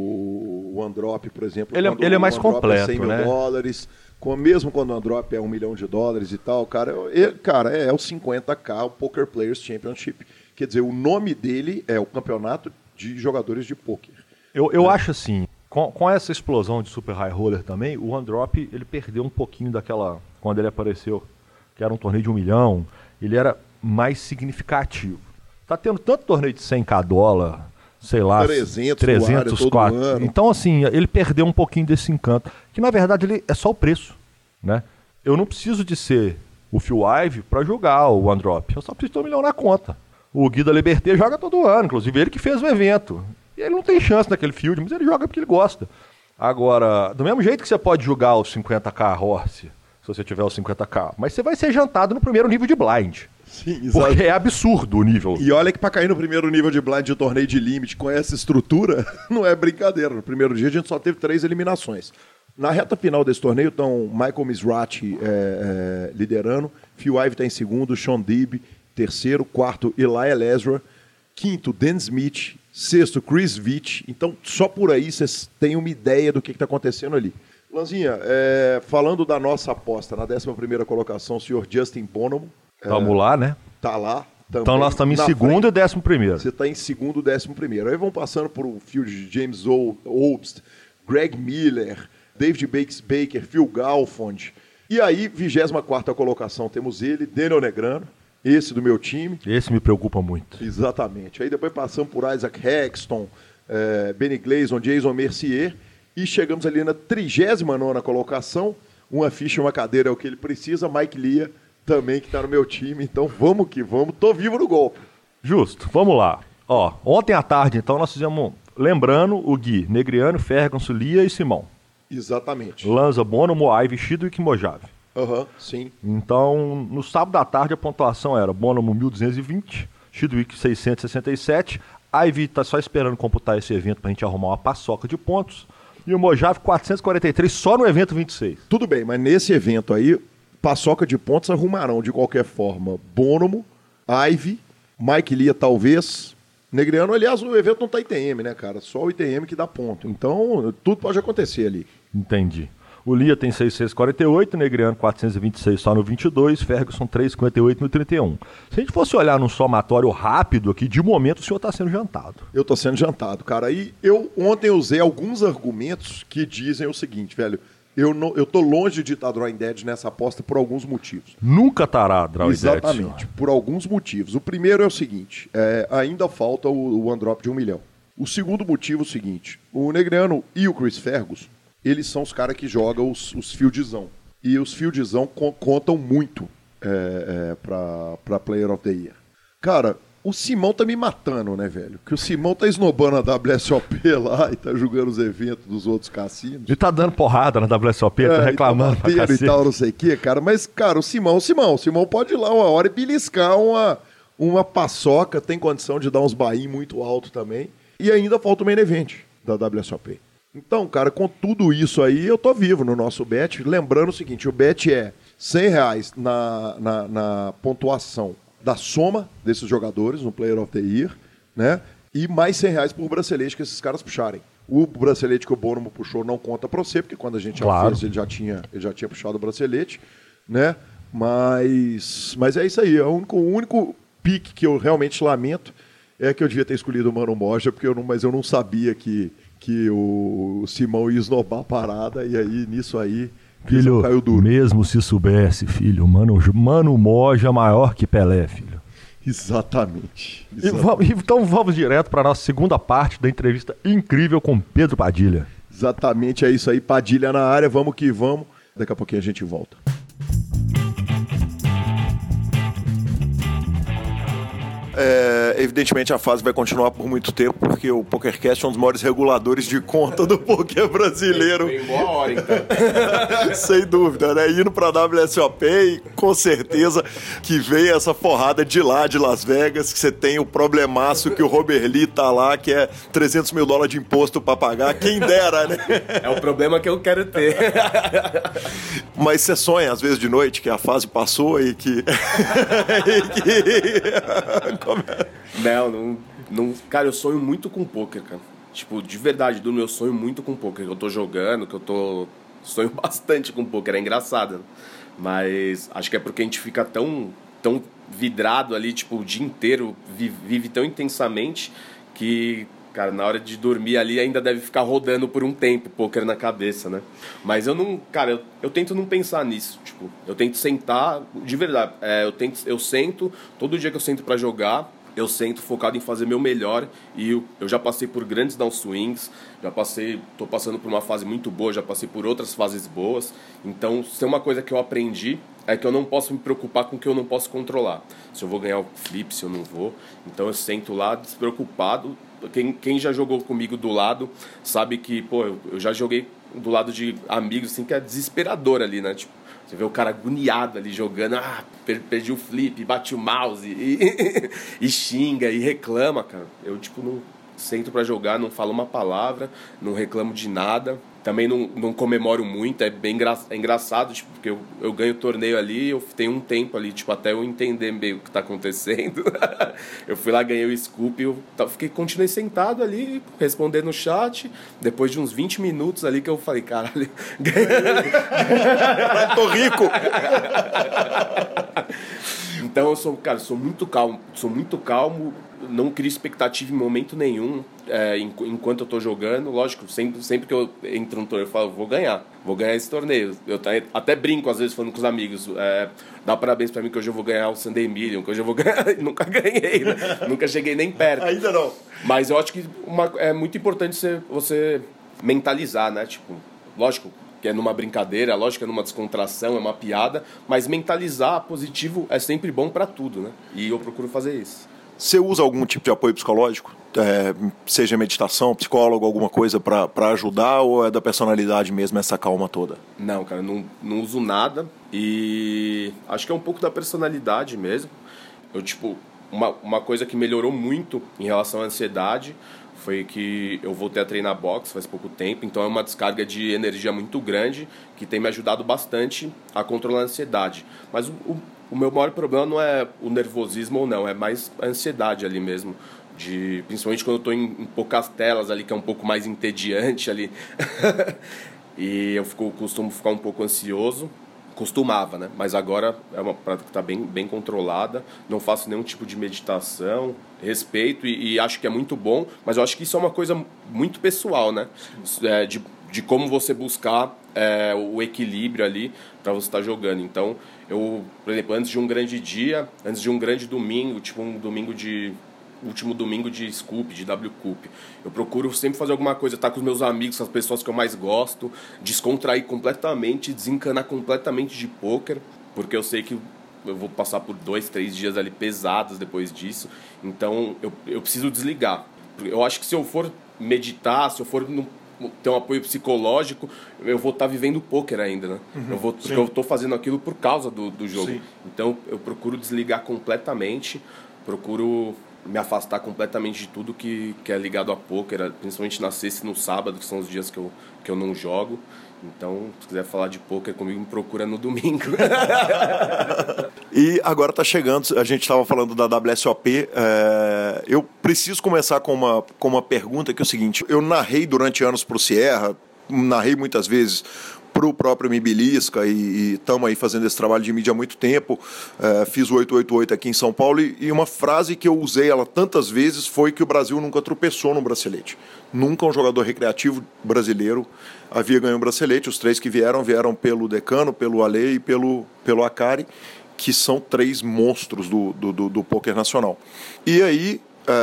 o, o Androp, por exemplo. Ele é- Quando ele é o mais Androp completo, é cem mil né? dólares, com, mesmo quando o Androp é um milhão de dólares e tal, cara, ele, cara é, é o cinquenta K, o Poker Players Championship. Quer dizer, o nome dele é o Campeonato de Jogadores de Poker. Eu, eu acho assim, com, com essa explosão de Super High Roller também, o Androp, ele perdeu um pouquinho daquela, quando ele apareceu, que era um torneio de um milhão, ele era mais significativo. Tá tendo tanto torneio de cem K dólar, sei lá, trezentos, trezentos, todo quatro. ano. Então assim, ele perdeu um pouquinho desse encanto, que na verdade ele é só o preço, né? Eu não preciso de ser o Phil Ivey para jogar o Androp, eu só preciso ter um milhão na conta. O Gui da Liberté joga todo ano, inclusive ele que fez o evento. E ele não tem chance naquele field, mas ele joga porque ele gosta. Agora, do mesmo jeito que você pode jogar o cinquenta K Horse, se você tiver o cinquenta K, mas você vai ser jantado no primeiro nível de blind. Sim, exato. Porque é absurdo o nível. E olha que pra cair no primeiro nível de blind de torneio de limite com essa estrutura, não é brincadeira. No primeiro dia a gente só teve três eliminações. Na reta final desse torneio estão Michael Mizrachi é, é, liderando, Phil Ivey está em segundo, Sean Dib, terceiro, quarto, Eli Elezra, quinto, Dan Smith, sexto, Chris Veach. Então, só por aí vocês têm uma ideia do que está acontecendo ali. Lanzinha, é, falando da nossa aposta na décima primeira colocação, o senhor Justin Bonomo. Vamos lá, né? Tá lá. Então também nós estamos em na segundo frente. e décimo primeiro. Você está em segundo, décimo primeiro. Aí vão passando por o field de James O- Obst, Greg Miller, David Bakes Baker, Phil Galfond. E aí, vigésima quarta colocação, temos ele, Daniel Negrano, esse do meu time. Esse me preocupa muito. Exatamente. Aí depois passamos por Isaac Hexton, eh, Benny Glason, Jason Mercier. E chegamos ali na trigésima nona colocação. Uma ficha e uma cadeira é o que ele precisa. Mike Lia também, que está no meu time. Então vamos que vamos. Tô vivo no golpe. Justo, vamos lá. Ó, ontem à tarde, então, nós fizemos, lembrando, o Gui, Negriano, Ferguson, Lia e Simão. Exatamente. Lanza, Bonomo, Ivey, Chidwick e Mojave. Aham, sim. Então, no sábado à tarde, a pontuação era Bonomo mil duzentos e vinte, Chidwick seiscentos e sessenta e sete, Ivey tá só esperando computar esse evento pra gente arrumar uma paçoca de pontos, e o Mojave quatrocentos e quarenta e três só no evento vinte e seis. Tudo bem, mas nesse evento aí, paçoca de pontos arrumarão de qualquer forma Bonomo, Ivey, Mike Lia talvez, Negriano. Aliás, o evento não tá I T M, né, cara? Só o I T M que dá ponto. Então, tudo pode acontecer ali. Entendi. O Lia tem seiscentos e quarenta e oito, Negriano quatrocentos e vinte e seis só no vinte e dois, Ferguson trezentos e cinquenta e oito no trinta e um. Se a gente fosse olhar num somatório rápido aqui, de momento o senhor está sendo jantado. Eu tô sendo jantado, cara. E eu ontem usei alguns argumentos que dizem o seguinte, velho. Eu, não, eu tô longe de estar drawing dead nessa aposta por alguns motivos. Nunca estará, Draw Exatamente, por alguns motivos. O primeiro é o seguinte, é, ainda falta o, o one-drop de um milhão. O segundo motivo é o seguinte, o Negriano e o Chris Ferguson, eles são os caras que jogam os, os fieldzão. E os fieldzão co- contam muito é, é, pra, pra Player of the Year. Cara, o Simão tá me matando, né, velho? Que o Simão tá esnobando a W S O P lá e tá jogando os eventos dos outros cassinos. Ele tá dando porrada na W S O P, tá reclamando e tá pra batendo e cacete. tal, não sei o quê, cara. Mas, cara, o Simão, o Simão, o Simão pode ir lá uma hora e beliscar uma, uma paçoca, tem condição de dar uns bain muito alto também. E ainda falta o main event da W S O P. Então, cara, com tudo isso aí, eu tô vivo no nosso bet. Lembrando o seguinte, o bet é cem reais na, na, na pontuação da soma desses jogadores no Player of the Year, né? E mais cem reais por bracelete que esses caras puxarem. O bracelete que o Bonomo puxou não conta para você, porque quando a gente Claro. já fez, ele já tinha, ele já tinha puxado o bracelete, né? Mas, mas é isso aí. O único, o único pique que eu realmente lamento é que eu devia ter escolhido o Mano Moja, porque eu não, mas eu não sabia que, que o Simão ia esnobar a parada, e aí, nisso aí, Filho, caiu duro. mesmo se soubesse, filho, Mano, Mano Moja maior que Pelé, filho. Exatamente. E Exatamente. vamos- então vamos direto para a nossa segunda parte da entrevista incrível com Pedro Padilha. Exatamente, é isso aí. Padilha na área, vamos que vamos. Daqui a pouquinho a gente volta. É, evidentemente a fase vai continuar por muito tempo, porque o PokerCast é um dos maiores reguladores de conta do poker brasileiro. Tem boa hora, então. Sem dúvida, né? Indo pra W S O P e com certeza que vem essa forrada de lá, de Las Vegas, que você tem o problemaço que o Robert Lee tá lá, que é trezentos mil dólares de imposto pra pagar. Quem dera, né? É o problema que eu quero ter. Mas você sonha, às vezes, de noite, que a fase passou e que... e que... Não, não, não. Cara, eu sonho muito com poker, cara. Tipo, de verdade, do meu sonho muito com poker. Que eu tô jogando, que eu tô. Sonho bastante com poker, é engraçado. Mas acho que é porque a gente fica tão, tão vidrado ali, tipo, o dia inteiro, vive, vive tão intensamente que. Cara, na hora de dormir ali ainda deve ficar rodando por um tempo poker na cabeça, né? Mas eu não... Cara, eu, eu tento não pensar nisso. Tipo, eu tento sentar... De verdade, é, eu, tento, eu sento... Todo dia que eu sento pra jogar, eu sento focado em fazer meu melhor. E eu, eu já passei por grandes downswings. Já passei... Tô passando por uma fase muito boa. Já passei por outras fases boas. Então, se tem uma coisa que eu aprendi... é que eu não posso me preocupar com o que eu não posso controlar. Se eu vou ganhar o flip, se eu não vou. Então eu sento lá despreocupado. Quem, quem já jogou comigo do lado sabe que, pô, eu, eu já joguei do lado de amigos, assim, que é desesperador ali, né? Tipo, você vê o cara agoniado ali jogando, ah, per, perdi o flip, bate o mouse e, e xinga e reclama, cara. Eu, tipo, não sento pra jogar, não falo uma palavra, não reclamo de nada. Também não, não comemoro muito, é bem engra, é engraçado, tipo, porque eu, eu ganho o torneio ali, eu tenho um tempo ali, tipo, até eu entender meio o que tá acontecendo. Eu fui lá, ganhei o scoop, eu fiquei, continuei sentado ali, respondendo no chat, depois de uns vinte minutos ali que eu falei, caralho, Tô rico! Então eu sou, cara, sou muito calmo, sou muito calmo, não crio expectativa em momento nenhum, é, enquanto eu tô jogando. Lógico, sempre, sempre que eu entro no torneio eu falo, vou ganhar, vou ganhar esse torneio. Eu até brinco às vezes falando com os amigos, é, dá parabéns pra mim que hoje eu vou ganhar o Sunday Million, que hoje eu vou ganhar, nunca ganhei, né? Nunca cheguei nem perto. Ainda não. Mas eu acho que uma, é muito importante você, você mentalizar, né? Tipo, lógico que é numa brincadeira, lógico que é numa descontração, é uma piada, mas mentalizar positivo é sempre bom pra tudo, né? E eu procuro fazer isso. Você usa algum tipo de apoio psicológico? É, seja meditação, psicólogo, alguma coisa pra, pra ajudar, ou é da personalidade mesmo essa calma toda? Não, cara, não, não uso nada e acho que é um pouco da personalidade mesmo. Eu, tipo, uma, uma coisa que melhorou muito em relação à ansiedade foi que eu voltei a treinar boxe faz pouco tempo, então é uma descarga de energia muito grande que tem me ajudado bastante a controlar a ansiedade. Mas o, o, o meu maior problema não é o nervosismo ou não, é mais a ansiedade ali mesmo. De, principalmente quando eu estou em, em poucas telas ali, que é um pouco mais entediante ali. E eu fico, costumo ficar um pouco ansioso. Costumava, né? Mas agora é uma prática que está bem, bem controlada. Não faço nenhum tipo de meditação. Respeito e, e acho que é muito bom. Mas eu acho que isso é uma coisa muito pessoal, né? É, de, de como você buscar é, o equilíbrio ali para você estar tá jogando. Então, eu, por exemplo, antes de um grande dia, antes de um grande domingo, tipo um domingo de... último domingo de Scoop, de W Cup. Eu procuro sempre fazer alguma coisa, estar com os meus amigos, com as pessoas que eu mais gosto, descontrair completamente, desencanar completamente de pôquer, porque eu sei que eu vou passar por dois, três dias ali pesados depois disso. Então eu, eu preciso desligar. Eu acho que se eu for meditar, se eu for no, ter um apoio psicológico, eu vou estar vivendo pôquer ainda, né? Uhum, eu vou, porque eu estou fazendo aquilo por causa do, do jogo. Sim. Então eu procuro desligar completamente, procuro me afastar completamente de tudo que, que é ligado a pôquer, principalmente na sexta e no sábado, que são os dias que eu, que eu não jogo. Então, se quiser falar de pôquer comigo, me procura no domingo. E agora está chegando, a gente estava falando da W S O P, é, eu preciso começar com uma, com uma pergunta que é o seguinte: eu narrei durante anos para o Sierra, narrei muitas vezes para o próprio Mibilisca e estamos aí fazendo esse trabalho de mídia há muito tempo, é, fiz o oito oito oito aqui em São Paulo e, e uma frase que eu usei ela tantas vezes foi que o Brasil nunca tropeçou no bracelete. Nunca um jogador recreativo brasileiro havia ganho um bracelete. Os três que vieram, vieram pelo Decano, pelo Ale e pelo, pelo Akari, que são três monstros do, do, do, do pôquer nacional. E aí,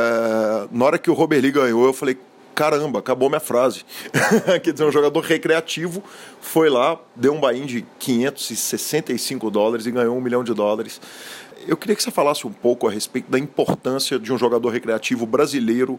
é, na hora que o Robert Lee ganhou, eu falei, caramba, acabou minha frase. Quer dizer, um jogador recreativo foi lá, deu um buy-in de quinhentos e sessenta e cinco dólares e ganhou um milhão de dólares. Eu queria que você falasse um pouco a respeito da importância de um jogador recreativo brasileiro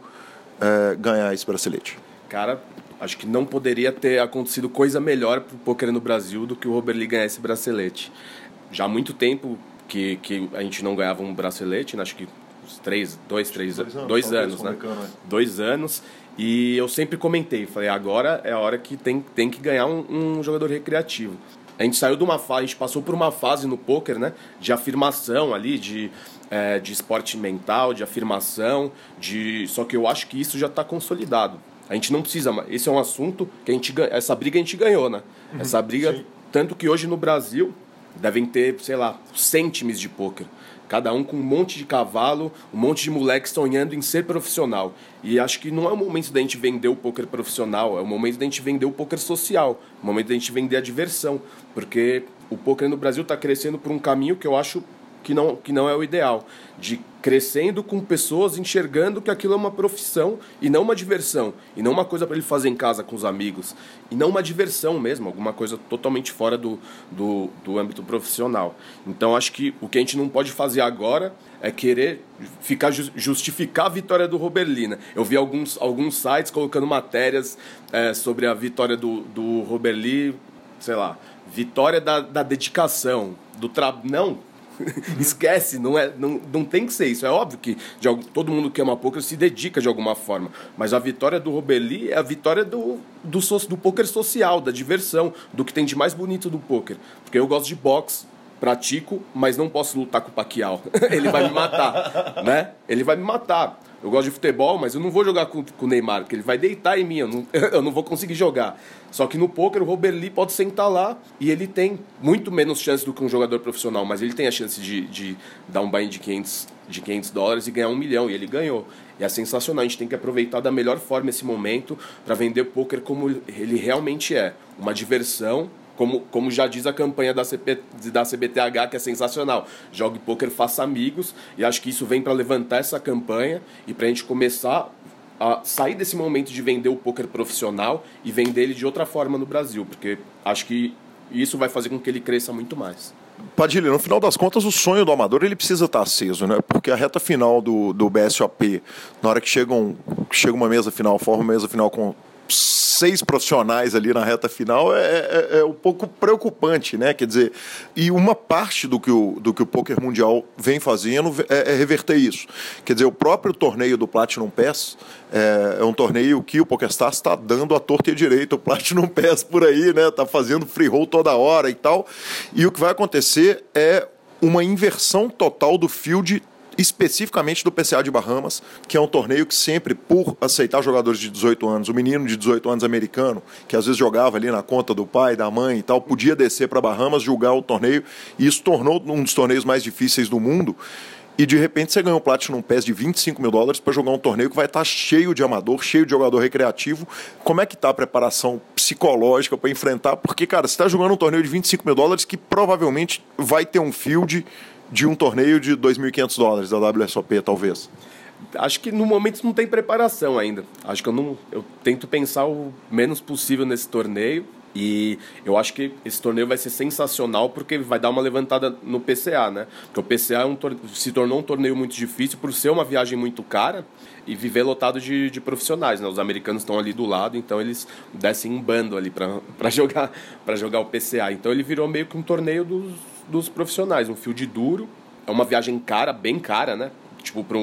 é, ganhar esse bracelete. Cara, acho que não poderia ter acontecido coisa melhor pro pôquer no Brasil do que o Robert Lee ganhar esse bracelete. Já há muito tempo que, que a gente não ganhava um bracelete, né? Acho que uns três, dois, três, dois anos, dois anos né? É. Dois anos. E eu sempre comentei, falei, agora é a hora que tem, tem que ganhar um, um jogador recreativo. A gente saiu de uma fase, a gente passou por uma fase no pôquer, né, de afirmação ali, de, é, de esporte mental, de afirmação, de... só que eu acho que isso já está consolidado. A gente não precisa, esse é um assunto que a gente ganha, essa briga a gente ganhou, né? Uhum, essa briga, sim. Tanto que hoje no Brasil devem ter, sei lá, cem times de pôquer. Cada um com um monte de cavalo, um monte de moleque sonhando em ser profissional. E acho que não é o momento da gente vender o pôquer profissional, é o momento da gente vender o pôquer social, é o momento da gente vender a diversão. Porque o pôquer no Brasil está crescendo por um caminho que eu acho que não, que não é o ideal. De crescendo com pessoas enxergando que aquilo é uma profissão e não uma diversão. E não uma coisa para ele fazer em casa com os amigos. E não uma diversão mesmo, alguma coisa totalmente fora do, do, do âmbito profissional. Então acho que o que a gente não pode fazer agora é querer ficar, justificar a vitória do Robert Lee, né? Eu vi alguns, alguns sites colocando matérias é, sobre a vitória do, do Robert Lee, sei lá, vitória da, da dedicação, do trabalho. Não! Esquece, não, é, não, não tem que ser isso. É óbvio que de, todo mundo que ama pôquer se dedica de alguma forma, mas a vitória do Robert Lee é a vitória do, do, do pôquer social, da diversão, do que tem de mais bonito do pôquer. Porque eu gosto de boxe, pratico, mas não posso lutar com o Pacquiao. Ele vai me matar, né? Ele vai me matar. Eu gosto de futebol, mas eu não vou jogar com, com o Neymar, porque ele vai deitar em mim, eu não, eu não vou conseguir jogar. Só que no pôquer o Robert Lee pode sentar lá e ele tem muito menos chance do que um jogador profissional, mas ele tem a chance de, de dar um buy-in de quinhentos, de quinhentos dólares e ganhar um milhão, e ele ganhou. E é sensacional, a gente tem que aproveitar da melhor forma esse momento para vender o pôquer como ele realmente é, uma diversão. Como, como já diz a campanha da, C P, da C B T H, que é sensacional. Jogue pôquer, faça amigos. E acho que isso vem para levantar essa campanha e para a gente começar a sair desse momento de vender o pôquer profissional e vender ele de outra forma no Brasil. Porque acho que isso vai fazer com que ele cresça muito mais. Padilha, no final das contas, o sonho do amador ele precisa estar aceso, né? Porque a reta final do, do B S O P, na hora que chega, um, chega uma mesa final, forma uma mesa final com seis profissionais ali na reta final, é, é, é um pouco preocupante, né? Quer dizer, e uma parte do que o, do que o pôquer mundial vem fazendo é, é reverter isso. Quer dizer, o próprio torneio do Platinum Pass é, é um torneio que o PokerStars está dando à torta e à direita, o Platinum Pass por aí, né? Tá fazendo free roll toda hora e tal. E o que vai acontecer é uma inversão total do field, especificamente do P C A de Bahamas, que é um torneio que sempre, por aceitar jogadores de dezoito anos, o menino de dezoito anos americano, que às vezes jogava ali na conta do pai, da mãe e tal, podia descer para Bahamas, julgar o torneio, e isso tornou um dos torneios mais difíceis do mundo. E de repente você ganha um Platinum Pass de vinte e cinco mil dólares para jogar um torneio que vai estar cheio de amador, cheio de jogador recreativo. Como é que está a preparação psicológica para enfrentar? Porque, cara, você está jogando um torneio de vinte e cinco mil dólares que provavelmente vai ter um field de um torneio de dois mil e quinhentos dólares da W S O P, talvez. Acho que no momento não tem preparação ainda. Acho que eu, não, eu tento pensar o menos possível nesse torneio. E eu acho que esse torneio vai ser sensacional porque vai dar uma levantada no P C A, né? Porque o P C A é um tor- se tornou um torneio muito difícil por ser uma viagem muito cara e viver lotado de, de profissionais, né? Os americanos estão ali do lado, então eles descem um bando ali para jogar, para jogar o P C A. Então ele virou meio que um torneio dos, dos profissionais, um field duro. É uma viagem cara, bem cara, né? Tipo, pro,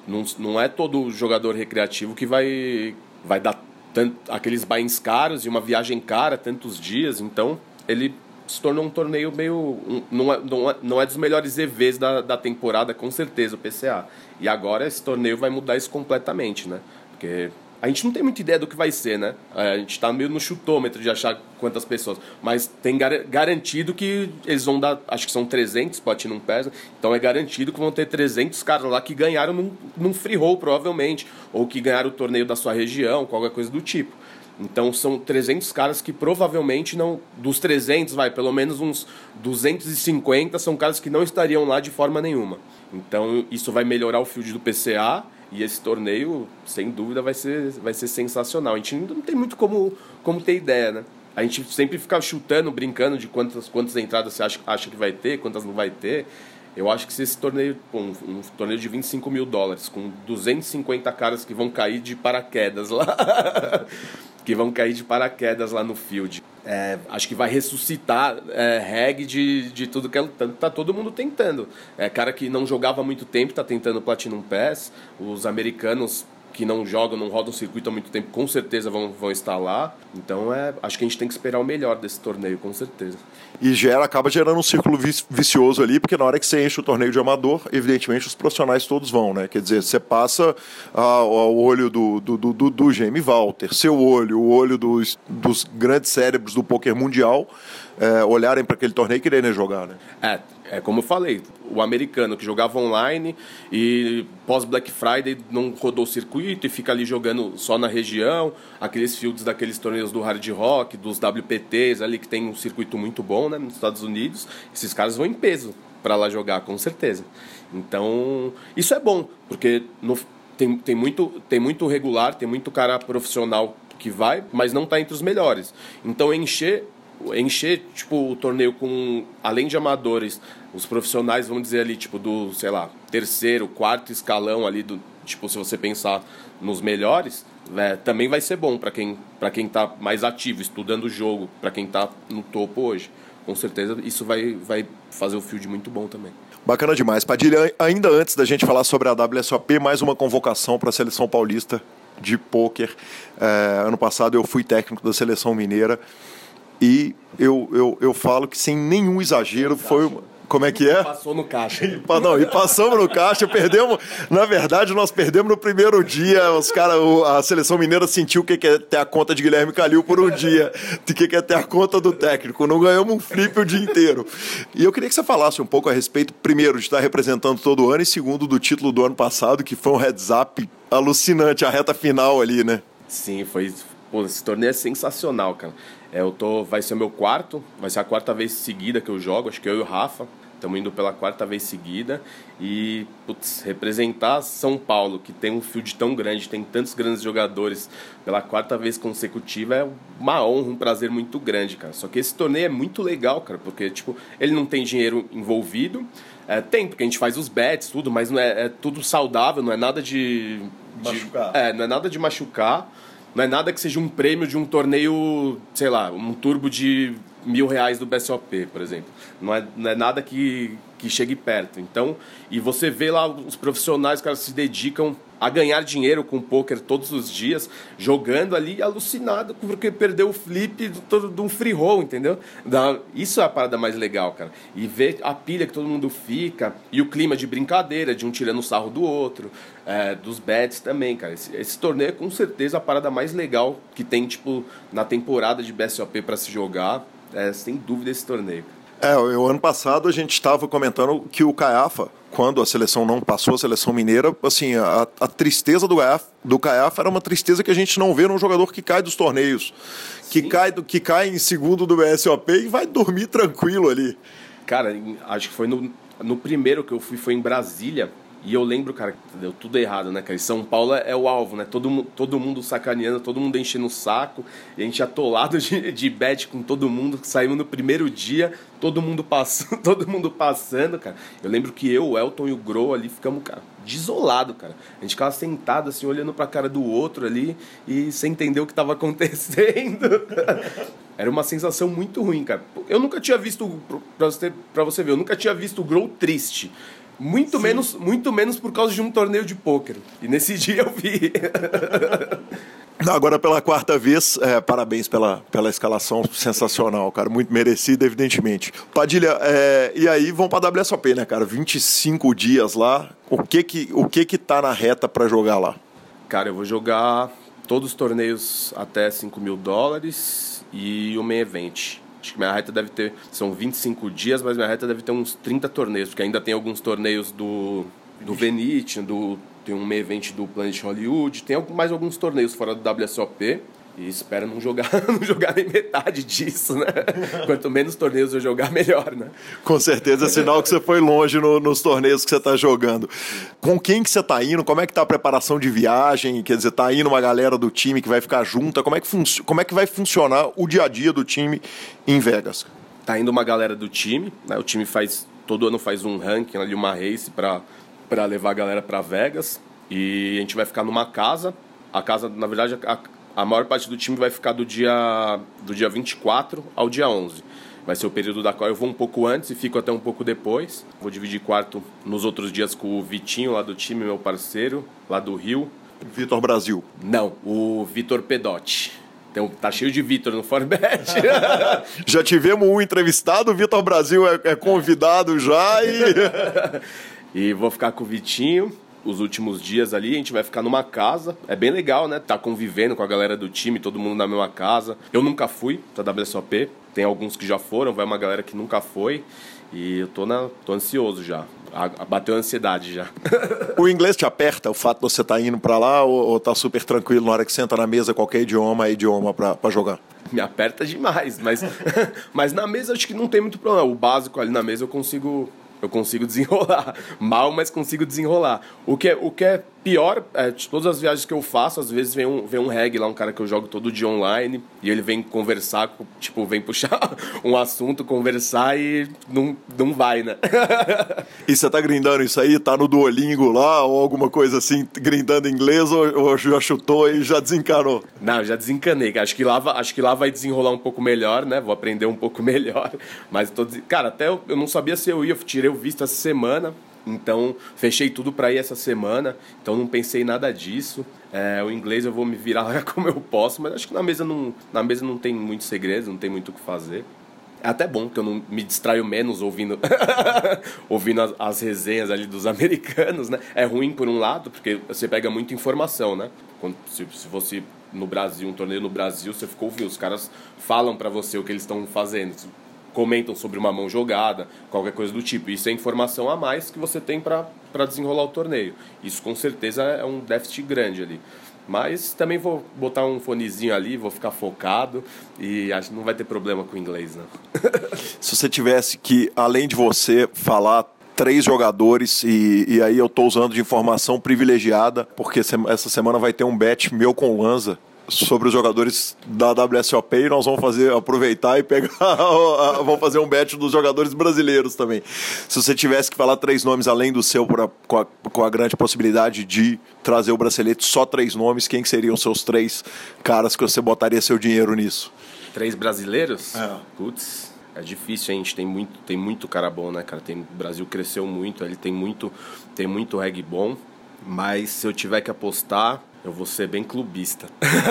não, não é todo jogador recreativo que vai, vai dar tanto, aqueles buy-ins caros e uma viagem cara, tantos dias. Então, ele se tornou um torneio meio... Um, não, é, não, é, não é dos melhores E Vs da, da temporada, com certeza, o P C A. E agora esse torneio vai mudar isso completamente, né? Porque a gente não tem muita ideia do que vai ser, né? A gente tá meio no chutômetro de achar quantas pessoas. Mas tem gar- garantido que eles vão dar... Acho que são trezentos Platinum Pass. Então é garantido que vão ter trezentos caras lá que ganharam num, num free roll, provavelmente. Ou que ganharam o torneio da sua região, qualquer coisa do tipo. Então são trezentos caras que provavelmente não... Dos trezentos, vai, pelo menos uns duzentos e cinquenta são caras que não estariam lá de forma nenhuma. Então isso vai melhorar o field do P C A e esse torneio, sem dúvida, vai ser, vai ser sensacional. A gente ainda não tem muito como, como ter ideia, né? A gente sempre fica chutando, brincando de quantas, quantas entradas você acha, acha que vai ter, quantas não vai ter. Eu acho que se esse torneio, um, um torneio de vinte e cinco mil dólares, com duzentos e cinquenta caras que vão cair de paraquedas lá, que vão cair de paraquedas lá no field, é, acho que vai ressuscitar é, reg de, de tudo que é, tá todo mundo tentando. É, cara que não jogava há muito tempo tá tentando Platinum Pass, os americanos que não jogam, não rodam circuito há muito tempo, com certeza vão, vão estar lá. Então, é, acho que a gente tem que esperar o melhor desse torneio, com certeza. E gera, acaba gerando um círculo vicioso ali, porque na hora que você enche o torneio de amador, evidentemente os profissionais todos vão, né? Quer dizer, você passa ao, ao olho do, do, do, do Jamie Walter, seu olho, o olho dos, dos grandes cérebros do poker mundial, é, olharem para aquele torneio e quererem jogar, né? É, é como eu falei, o americano que jogava online e pós-Black Friday não rodou o circuito e fica ali jogando só na região, aqueles fields daqueles torneios do Hard Rock, dos W P Ts ali que tem um circuito muito bom, né, nos Estados Unidos, esses caras vão em peso para lá jogar, com certeza. Então, isso é bom, porque no, tem, tem, muito, tem muito regular, tem muito cara profissional que vai, mas não está entre os melhores. Então, encher... encher, tipo, o torneio com, além de amadores, os profissionais, vamos dizer ali, tipo, do, sei lá, terceiro, quarto escalão ali, do, tipo, se você pensar nos melhores, é, também vai ser bom para quem, para quem tá mais ativo, estudando o jogo, para quem tá no topo hoje. Com certeza isso vai, vai fazer o field muito bom também. Bacana demais. Padilha, ainda antes da gente falar sobre a W S O P, mais uma convocação para a Seleção Paulista de pôquer. É, ano passado eu fui técnico da Seleção Mineira. E eu, eu, eu falo que sem nenhum exagero foi... Como é que é? Passou no caixa. E, não, e passamos no caixa, perdemos... Na verdade, nós perdemos no primeiro dia. Os cara, a Seleção Mineira sentiu o que é ter a conta de Guilherme Calil por um dia. O que é ter a conta do técnico. Não ganhamos um flip o dia inteiro. E eu queria que você falasse um pouco a respeito, primeiro, de estar representando todo ano, e segundo, do título do ano passado, que foi um heads up alucinante, a reta final ali, né? Sim, foi... Pô, esse torneio é sensacional, cara. É, eu tô, vai ser o meu quarto, vai ser a quarta vez seguida que eu jogo, acho que eu e o Rafa estamos indo pela quarta vez seguida. E, putz, representar São Paulo, que tem um field tão grande, tem tantos grandes jogadores, pela quarta vez consecutiva é uma honra, um prazer muito grande, cara. Só que esse torneio é muito legal, cara, porque, tipo, ele não tem dinheiro envolvido, é, tem, porque a gente faz os bets, tudo, mas não é, é tudo saudável, não é nada de... de machucar. É, não é nada de machucar. Não é nada que seja um prêmio de um torneio, sei lá, um turbo de mil reais do B S O P, por exemplo. Não é, não é nada que, que chegue perto. Então, e você vê lá os profissionais, os caras se dedicam a ganhar dinheiro com pôquer todos os dias, jogando ali alucinado porque perdeu o flip de um free roll, entendeu? Isso é a parada mais legal, cara. E ver a pilha que todo mundo fica, e o clima de brincadeira, de um tirando o sarro do outro, é, dos bets também, cara. Esse, esse torneio é com certeza a parada mais legal que tem, tipo, na temporada de B S O P para se jogar. É, sem dúvida, esse torneio. É, o ano passado a gente estava comentando que o Caiafa, quando a seleção não passou, a seleção mineira, assim, a, a tristeza do Caiafa, do Caiafa era uma tristeza que a gente não vê num jogador que cai dos torneios, que cai, do, que cai em segundo do B S O P e vai dormir tranquilo ali. Cara, acho que foi no, no primeiro que eu fui, foi em Brasília. E eu lembro, cara, que deu tudo errado, né, cara? E São Paulo é o alvo, né? Todo, todo mundo sacaneando, todo mundo enchendo o saco. E a gente atolado de, de bet com todo mundo. Saímos no primeiro dia, todo mundo passando, todo mundo passando, cara. Eu lembro que eu, o Elton e o Grow ali ficamos, cara, desolado, cara. A gente ficava sentado, assim, olhando pra cara do outro ali e sem entender o que tava acontecendo. Era uma sensação muito ruim, cara. Eu nunca tinha visto, pra você, pra você ver, eu nunca tinha visto o Grow triste. Muito menos, muito menos por causa de um torneio de pôquer. E nesse dia eu vi. Agora, pela quarta vez, é, parabéns pela, pela escalação sensacional, cara. Muito merecida, evidentemente. Padilha, é, e aí vão pra W S O P, né, cara? vinte e cinco dias lá. O que que, o que que tá na reta pra jogar lá? Cara, eu vou jogar todos os torneios até cinco mil dólares e o main event. Acho que minha reta deve ter... São vinte e cinco dias, mas minha reta deve ter uns trinta torneios, porque ainda tem alguns torneios do, do Venetian, do... Tem um main event do Planet Hollywood, tem mais alguns torneios fora do W S O P e espero não jogar, não jogar nem metade disso, né? Quanto menos torneios eu jogar, melhor, né? Com certeza, é sinal que você foi longe no, nos torneios que você está jogando. Com quem que você está indo? Como é que tá a preparação de viagem? Quer dizer, tá indo uma galera do time que vai ficar junta? Como é que, func- como é que vai funcionar o dia a dia do time em Vegas? Tá indo uma galera do time, né? O time faz, todo ano faz um ranking ali, uma race para para levar a galera para Vegas, e a gente vai ficar numa casa. A casa, na verdade, a, a maior parte do time vai ficar do dia, do dia vinte e quatro ao dia onze. Vai ser o período da qual eu vou um pouco antes e fico até um pouco depois. Vou dividir quarto nos outros dias com o Vitinho, lá do time, meu parceiro, lá do Rio. Vitor Brasil. Não, o Vitor Pedotti. Então, tá cheio de Vitor no Forbet. Já tivemos um entrevistado, o Vitor Brasil é, é convidado já e... E vou ficar com o Vitinho os últimos dias ali. A gente vai ficar numa casa. É bem legal, né? Tá convivendo com a galera do time, todo mundo na mesma casa. Eu nunca fui pra W S O P. Tem alguns que já foram, vai uma galera que nunca foi. E eu tô, na, tô ansioso já. A, a bateu a ansiedade já. O inglês te aperta, o fato de você estar tá indo pra lá, ou, ou tá super tranquilo na hora que senta na mesa, qualquer idioma é idioma pra, pra jogar? Me aperta demais, mas, mas na mesa acho que não tem muito problema. O básico ali na mesa eu consigo... Eu consigo desenrolar. Mal, mas consigo desenrolar. O que é, o que é pior, é, de todas as viagens que eu faço, às vezes vem um, vem um reg lá, um cara que eu jogo todo dia online, e ele vem conversar, tipo, vem puxar um assunto, conversar e não, não vai, né? E você tá grindando isso aí? Tá no Duolingo lá, ou alguma coisa assim, grindando inglês, ou, ou já chutou e já desencanou? Não, já desencanei. Acho que, lá, acho que lá vai desenrolar um pouco melhor, né? Vou aprender um pouco melhor. Mas, tô, cara, até eu, eu não sabia se eu ia, eu tirei o visto essa semana. Então, fechei tudo para ir essa semana, então não pensei nada disso. É, o inglês eu vou me virar lá como eu posso, mas acho que na mesa não, na mesa não tem muitos segredos, não tem muito o que fazer. É até bom que eu não me distraio menos ouvindo, ouvindo as, as resenhas ali dos americanos, né? É ruim por um lado, porque você pega muita informação, né? Quando, se, se fosse no Brasil, um torneio no Brasil, você ficou ouvindo, os caras falam para você o que eles estão fazendo, comentam sobre uma mão jogada, qualquer coisa do tipo. Isso é informação a mais que você tem para desenrolar o torneio. Isso com certeza é um déficit grande ali. Mas também vou botar um fonezinho ali, vou ficar focado e acho que não vai ter problema com o inglês, não. Se você tivesse que, além de você, falar três jogadores, e, e aí eu estou usando de informação privilegiada, porque essa semana vai ter um bet meu com o Lanza sobre os jogadores da W S O P, e nós vamos fazer, aproveitar e pegar, vamos fazer um bet dos jogadores brasileiros também. Se você tivesse que falar três nomes além do seu, pra, com, a, com a grande possibilidade de trazer o bracelete, só três nomes, quem que seriam os seus três caras que você botaria seu dinheiro nisso? Três brasileiros? É. Putz, é difícil, a gente tem muito, tem muito cara bom, né, cara? Tem, o Brasil cresceu muito, ele tem muito, tem muito reggae bom, mas se eu tiver que apostar, eu vou ser bem clubista.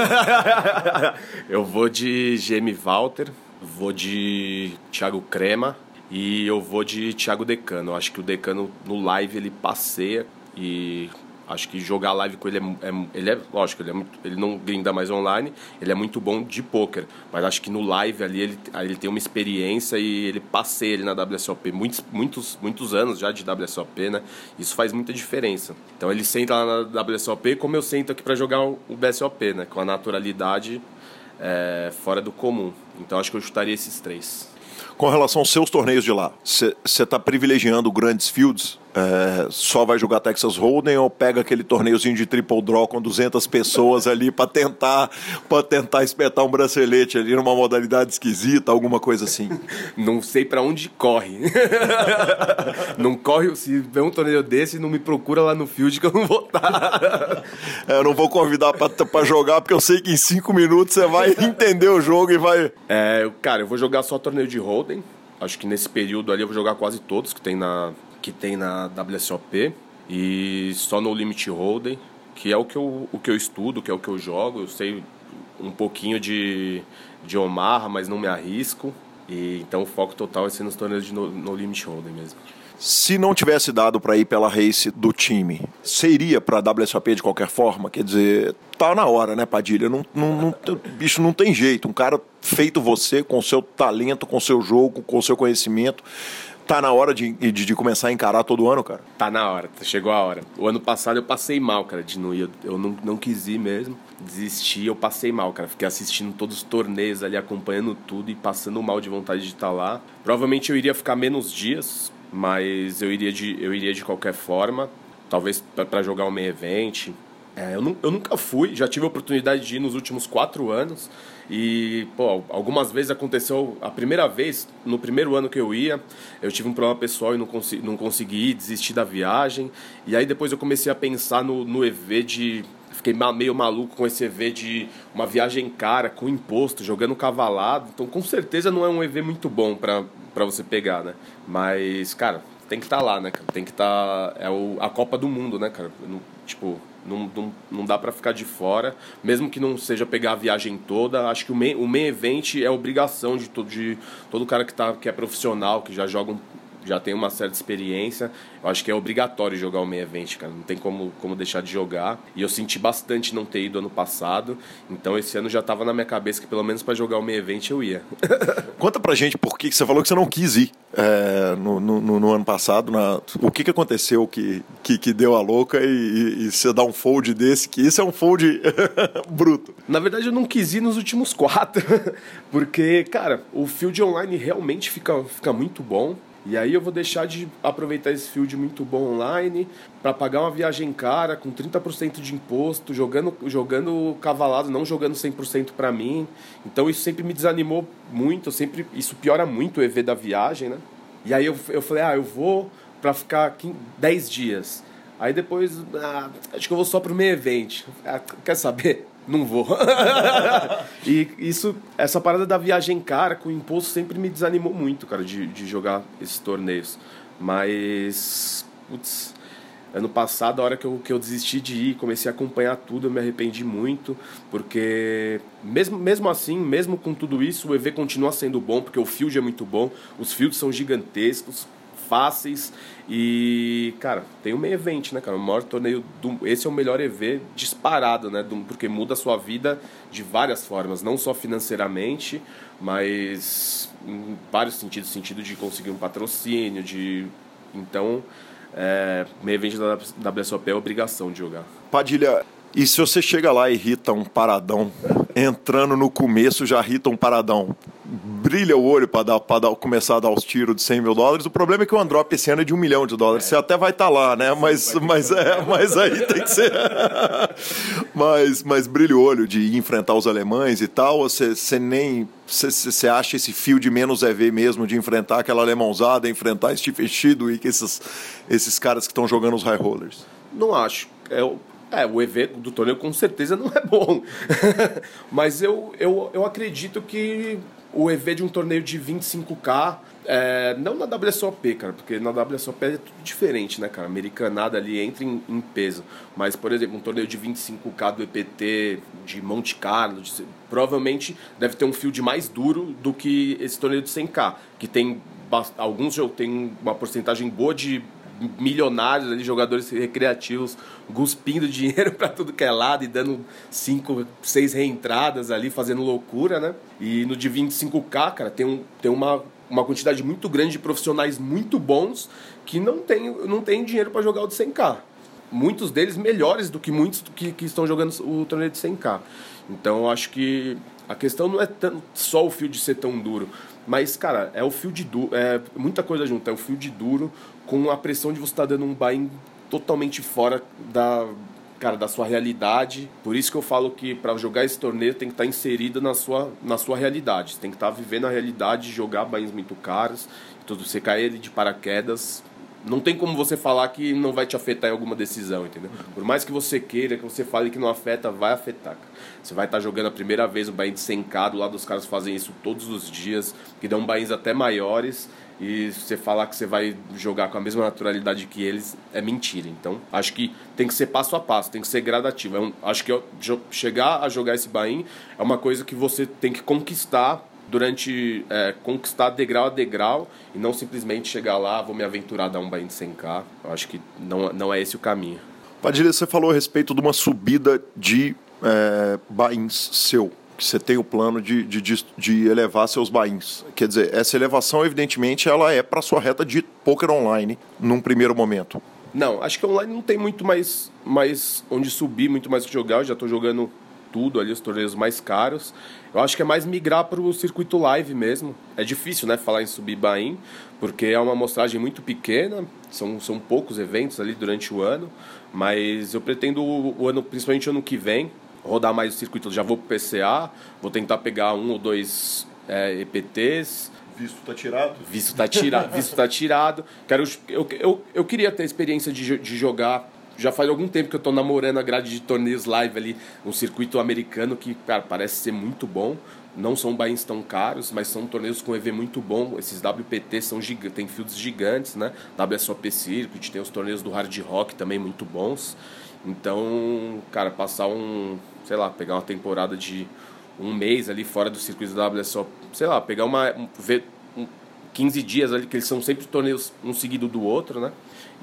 Eu vou de G M Walter, vou de Thiago Crema e eu vou de Thiago Decano. Eu acho que o Decano no live ele passeia e acho que jogar live com ele é, é, ele é lógico, ele, é muito, ele não grinda mais online, ele é muito bom de poker, mas acho que no live ali ele, ele tem uma experiência e ele passeia ele na W S O P, muitos, muitos, muitos anos já de W S O P, né? Isso faz muita diferença. Então ele senta lá na W S O P como eu sento aqui para jogar o B S O P, né? Com a naturalidade é, fora do comum. Então acho que eu chutaria esses três. Com relação aos seus torneios de lá, você está privilegiando grandes fields? É, só vai jogar Texas Hold'em ou pega aquele torneiozinho de triple draw com duzentas pessoas ali para tentar, para tentar espetar um bracelete ali numa modalidade esquisita, alguma coisa assim? Não sei para onde corre. Não corre, se vê um torneio desse, não me procura lá no field que eu não vou estar. É, eu não vou convidar para jogar porque eu sei que em cinco minutos você vai entender o jogo e vai... É, cara, eu vou jogar só torneio de Hold'em. Acho que nesse período ali eu vou jogar quase todos que tem na... que tem na W S O P e só no Limit Hold'em, que é o que eu, o que eu estudo, que é o que eu jogo. Eu sei um pouquinho de, de Omaha, mas não me arrisco. E, então o foco total é ser nos torneios de no, no Limit Hold'em mesmo. Se não tivesse dado para ir pela race do time, seria para a W S O P de qualquer forma? Quer dizer, tá na hora, né, Padilha? Não, não, não, bicho, não tem jeito. Um cara feito você, com seu talento, com seu jogo, com seu conhecimento, tá na hora de, de, de começar a encarar todo ano, cara? Tá na hora, chegou a hora. O ano passado eu passei mal, cara, de não ir. Eu não, não quis ir mesmo. Desisti, eu passei mal, cara. Fiquei assistindo todos os torneios ali, acompanhando tudo e passando mal de vontade de estar lá. Provavelmente eu iria ficar menos dias, mas eu iria de, eu iria de qualquer forma, talvez para jogar um main event. É, eu, eu nunca fui, já tive a oportunidade de ir nos últimos quatro anos e, pô, algumas vezes aconteceu, a primeira vez, no primeiro ano que eu ia, eu tive um problema pessoal e não, cons não consegui ir, desisti da viagem, e aí depois eu comecei a pensar no, no E V de... Fiquei meio maluco com esse E V de uma viagem cara, com imposto, jogando cavalado. Então, com certeza, não é um E V muito bom pra, pra você pegar, né? Mas, cara, tem que estar tá lá, né? Tem que estar... Tá, é o, a Copa do Mundo, né, cara? Não, tipo, não, não, não dá pra ficar de fora. Mesmo que não seja pegar a viagem toda, acho que o main, o main event é obrigação de todo, de todo cara que, tá, que é profissional, que já joga um... já tem uma certa experiência, eu acho que é obrigatório jogar o main event, cara, não tem como, como deixar de jogar, e eu senti bastante não ter ido ano passado, então esse ano já tava na minha cabeça que pelo menos para jogar o main event eu ia. Conta pra gente por que você falou que você não quis ir é, no, no, no ano passado, na, o que que aconteceu que, que, que deu a louca e, e, e você dá um fold desse, que isso é um fold bruto. Na verdade eu não quis ir nos últimos quatro, porque, cara, o field online realmente fica, fica muito bom. E aí eu vou deixar de aproveitar esse field muito bom online para pagar uma viagem cara com trinta por cento de imposto, jogando, jogando cavalado, não jogando cem por cento para mim. Então isso sempre me desanimou muito, sempre, isso piora muito o E V da viagem, né? E aí eu, eu falei, ah, eu vou para ficar dez dias. Aí depois, ah, acho que eu vou só pro main event. Ah, quer saber? Não vou. E isso, essa parada da viagem cara com imposto sempre me desanimou muito, cara, de, de jogar esses torneios. Mas, putz, ano passado, a hora que eu, que eu desisti de ir, comecei a acompanhar tudo, eu me arrependi muito, porque mesmo, mesmo assim, mesmo com tudo isso, o E V continua sendo bom, porque o field é muito bom, os fields são gigantescos, fáceis e, cara, tem o main event, né, cara? O maior torneio, do, esse é o melhor E V disparado, né? Do, porque muda a sua vida de várias formas, não só financeiramente, mas em vários sentidos, sentido de conseguir um patrocínio, de... Então, é, o main event da W S O P é obrigação de jogar. Padilha, e se você chega lá e irrita um paradão, entrando no começo já irrita um paradão, brilha o olho para dar, dar, começar a dar os tiros de cem mil dólares, o problema é que o Androp esse ano é de um milhão de dólares, é. Você até vai estar tá lá, né? Mas, mas, é, mas aí tem que ser... mas, mas brilha o olho de enfrentar os alemães e tal, você, você nem... Você acha esse field menos E V mesmo, de enfrentar aquela alemãozada, enfrentar Steve Shido e esses, esses caras que estão jogando os high rollers? Não acho. É o... É, o E V do torneio com certeza não é bom. Mas eu, eu, eu acredito que o E V de um torneio de vinte e cinco K, é, não na W S O P, cara, porque na W S O P é tudo diferente, né, cara? A americanada ali entra em, em peso. Mas, por exemplo, um torneio de vinte e cinco K do E P T, de Monte Carlo, de, provavelmente deve ter um field mais duro do que esse torneio de cem K, que tem alguns tem uma porcentagem boa de milionários ali, jogadores recreativos cuspindo dinheiro pra tudo que é lado e dando cinco, seis reentradas ali, fazendo loucura, né? E no de vinte e cinco K, cara, tem, um, tem uma, uma quantidade muito grande de profissionais muito bons que não tem, não tem dinheiro pra jogar o de cem K. Muitos deles melhores do que muitos que, que estão jogando o torneio de cem K. Então eu acho que a questão não é tanto só o field ser tão duro, mas, cara, é o field duro, é muita coisa junto, é o field duro com a pressão de você estar dando um buy-in totalmente fora da, cara, da sua realidade. Por isso que eu falo que para jogar esse torneio tem que estar inserido na sua, na sua realidade. Você tem que estar vivendo a realidade de jogar buy-ins muito caros. Tudo, você cair de paraquedas, não tem como você falar que não vai te afetar em alguma decisão, entendeu? Por mais que você queira, que você fale que não afeta, vai afetar, cara. Você vai estar jogando a primeira vez o buy-in de cem K, do lado dos caras fazem isso todos os dias, que dão buy-ins até maiores, e você falar que você vai jogar com a mesma naturalidade que eles é mentira. Então, acho que tem que ser passo a passo, tem que ser gradativo. É um, acho que eu, chegar a jogar esse buy-in é uma coisa que você tem que conquistar durante, é, conquistar degrau a degrau e não simplesmente chegar lá, vou me aventurar a dar um buy-in de cem K. Eu acho que não, não é esse o caminho. Padilha, você falou a respeito de uma subida de é, buy-ins seu, que você tem o plano de, de, de elevar seus buy-ins. Quer dizer, essa elevação, evidentemente, ela é para a sua reta de poker online, num primeiro momento. Não, acho que online não tem muito mais, mais onde subir, muito mais o que jogar. Eu já estou jogando tudo ali, os torneios mais caros. Eu acho que é mais migrar para o circuito live mesmo. É difícil, né, falar em subir buy-in, porque é uma amostragem muito pequena, são, são poucos eventos ali durante o ano, mas eu pretendo o, o ano, principalmente o ano que vem, rodar mais o circuito. Já vou pro P C A, vou tentar pegar um ou dois é, E P Ts. Visto tá tirado? Visto tá tirado. Visto tá tirado. Quero, eu, eu, eu queria ter a experiência de, de jogar. Já faz algum tempo que eu tô namorando a grade de torneios live ali, um circuito americano que, cara, parece ser muito bom. Não são buy-ins tão caros, mas são torneios com E V muito bom. Esses W P T são gigantes, tem fields gigantes, né? W S O P Circuit, tem os torneios do Hard Rock também muito bons. Então, cara, passar um, sei lá, pegar uma temporada de um mês ali fora do circuito da W S O P, sei lá, pegar uma, um, ver um, quinze dias ali, que eles são sempre torneios um seguido do outro, né?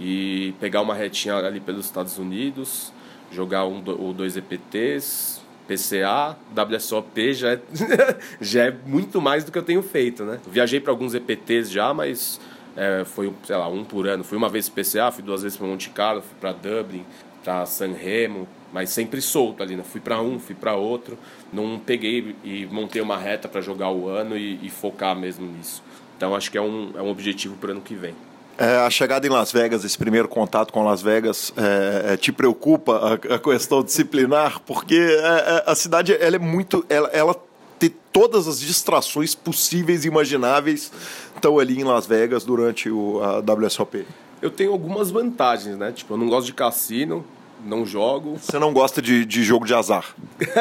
E pegar uma retinha ali pelos Estados Unidos, jogar um ou dois E P Ts, P C A, W S O P já é, já é muito mais do que eu tenho feito, né? Viajei para alguns E P Ts já, mas é, foi, sei lá, um por ano. Fui uma vez para P C A, fui duas vezes para Monte Carlo, fui para Dublin, para San Remo, mas sempre solto ali, né? Fui para um, fui para outro, não peguei e montei uma reta para jogar o ano e, e focar mesmo nisso. Então acho que é um, é um objetivo para o ano que vem. É, a chegada em Las Vegas, esse primeiro contato com Las Vegas, é, é, te preocupa a, a questão disciplinar? Porque é, a cidade ela é muito... Ela, ela tem todas as distrações possíveis e imagináveis estão ali em Las Vegas durante o, a W S O P. Eu tenho algumas vantagens, né? Tipo, eu não gosto de cassino, não jogo. Você não gosta de, de jogo de azar?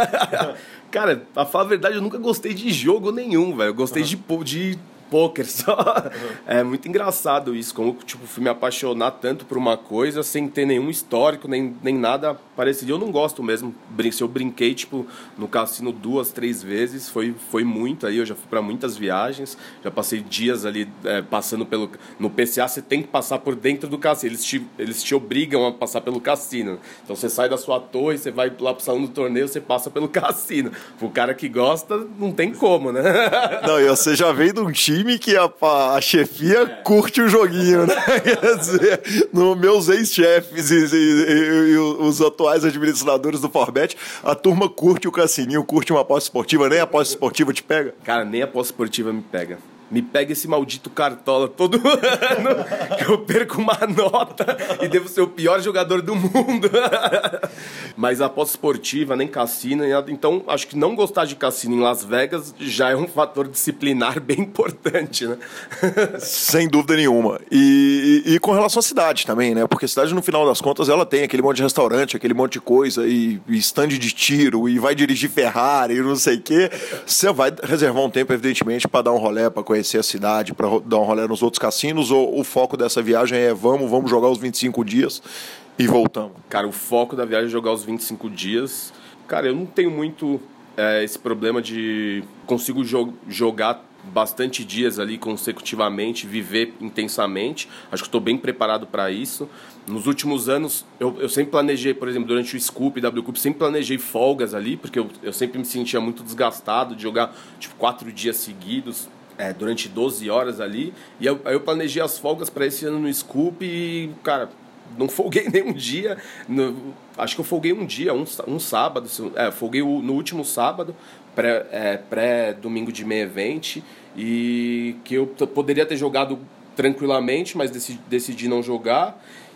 Cara, pra falar a verdade, eu nunca gostei de jogo nenhum, velho. Eu gostei uhum. de... de... poker só. Uhum. É muito engraçado isso, como tipo, fui me apaixonar tanto por uma coisa sem ter nenhum histórico, nem, nem nada parecido. Eu não gosto mesmo. Se eu brinquei tipo, no cassino duas, três vezes, foi, foi muito aí. Eu já fui para muitas viagens, já passei dias ali é, passando pelo. No P C A você tem que passar por dentro do cassino. Eles te, eles te obrigam a passar pelo cassino. Então você sai da sua torre, você vai lá pro salão do torneio, você passa pelo cassino. O cara que gosta, não tem como, né? Não, e você já veio de um time que a, a chefia é. curte o joguinho, né? Quer dizer, nos meus ex-chefes e, e, e, e os atuais administradores do Forbet, a turma curte o cassininho, curte uma aposta esportiva, nem a aposta esportiva te pega? Cara, nem a aposta esportiva me pega. Me pega esse maldito cartola todo ano, que eu perco uma nota e devo ser o pior jogador do mundo. Mas a aposta esportiva, nem cassino, nem nada. Então acho que não gostar de cassino em Las Vegas já é um fator disciplinar bem importante, né? Sem dúvida nenhuma. E, e, e com relação à cidade também, né? Porque a cidade, no final das contas, ela tem aquele monte de restaurante, aquele monte de coisa, e, e stand de tiro, e vai dirigir Ferrari, e não sei o quê. Você vai reservar um tempo, evidentemente, para dar um rolê, para conhecer conhecer a cidade, para dar um rolê nos outros cassinos, ou o foco dessa viagem é vamos, vamos jogar os vinte e cinco dias e voltamos? Cara, o foco da viagem é jogar os vinte e cinco dias. Cara, eu não tenho muito é, esse problema de... Consigo jo- jogar bastante dias ali consecutivamente, viver intensamente. Acho que estou bem preparado para isso. Nos últimos anos, eu, eu sempre planejei, por exemplo, durante o Scoop e W Cup, sempre planejei folgas ali, porque eu, eu sempre me sentia muito desgastado de jogar tipo quatro dias seguidos. É, durante doze horas ali, e eu, aí eu planejei as folgas para esse ano no Scoop e, cara, não folguei nenhum dia, no, acho que eu folguei um dia, um, um sábado, é, folguei o, no último sábado, pré, é, pré-domingo de main event, e que eu t- poderia ter jogado tranquilamente, mas decidi, decidi não jogar,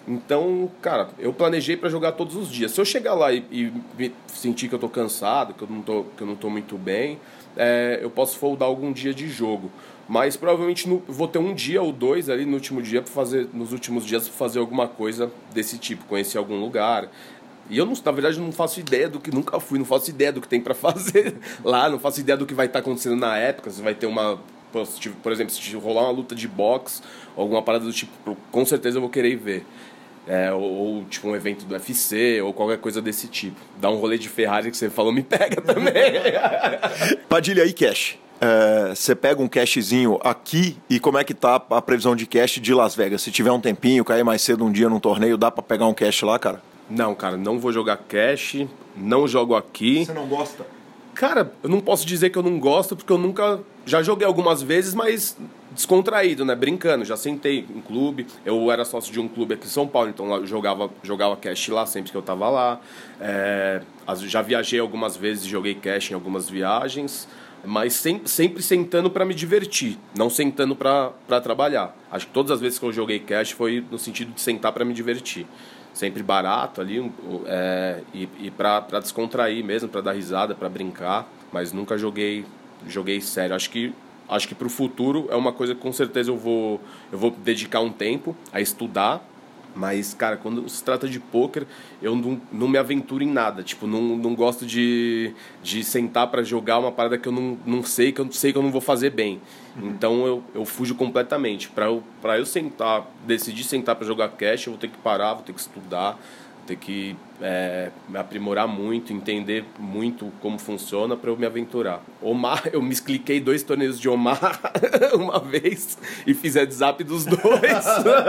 Então, cara, eu planejei para jogar todos os dias. Se eu chegar lá e, e sentir que eu tô cansado, que eu não tô, que eu não tô muito bem, é, eu posso foldar algum dia de jogo. Mas provavelmente no, vou ter um dia ou dois ali no último dia para fazer, nos últimos dias pra fazer alguma coisa desse tipo, conhecer algum lugar. E eu, não, na verdade, não faço ideia do que... Nunca fui, não faço ideia do que tem para fazer lá, não faço ideia do que vai estar acontecendo na época, se vai ter uma... Por exemplo, se rolar uma luta de boxe, alguma parada do tipo, com certeza eu vou querer ir ver. É, ou, ou tipo um evento do U F C, ou qualquer coisa desse tipo. Dar um rolê de Ferrari que você falou, me pega também. Padilha, aí cash. Você é, pega um cashzinho aqui e como é que tá a previsão de cash de Las Vegas? Se tiver um tempinho, cair mais cedo um dia num torneio, dá pra pegar um cash lá, cara? Não, cara, não vou jogar cash, não jogo aqui. Você não gosta? Cara, eu não posso dizer que eu não gosto, porque eu nunca... Já joguei algumas vezes, mas descontraído, né? Brincando. Já sentei em clube. Eu era sócio de um clube aqui em São Paulo, então eu jogava, jogava cash lá sempre que eu tava lá. É, já viajei algumas vezes, joguei cash em algumas viagens, mas sem, sempre sentando para me divertir, não sentando para trabalhar. Acho que todas as vezes que eu joguei cash foi no sentido de sentar para me divertir. Sempre barato ali, é, e, e para descontrair mesmo, para dar risada, para brincar, mas nunca joguei, joguei sério. Acho que, acho que para o futuro é uma coisa que com certeza eu vou, eu vou dedicar um tempo a estudar, mas, cara, quando se trata de pôquer, eu não, não me aventuro em nada. Tipo, não, não gosto de, de sentar para jogar uma parada que eu não, não sei, que eu sei que eu não vou fazer bem. Uhum. Então eu, eu fujo completamente. Para eu, pra eu sentar, decidir sentar para jogar cash, eu vou ter que parar, vou ter que estudar, vou ter que é, me aprimorar muito, entender muito como funciona para eu me aventurar. Omar, eu me cliquei dois torneios de Omar uma vez e fiz heads up dos dois.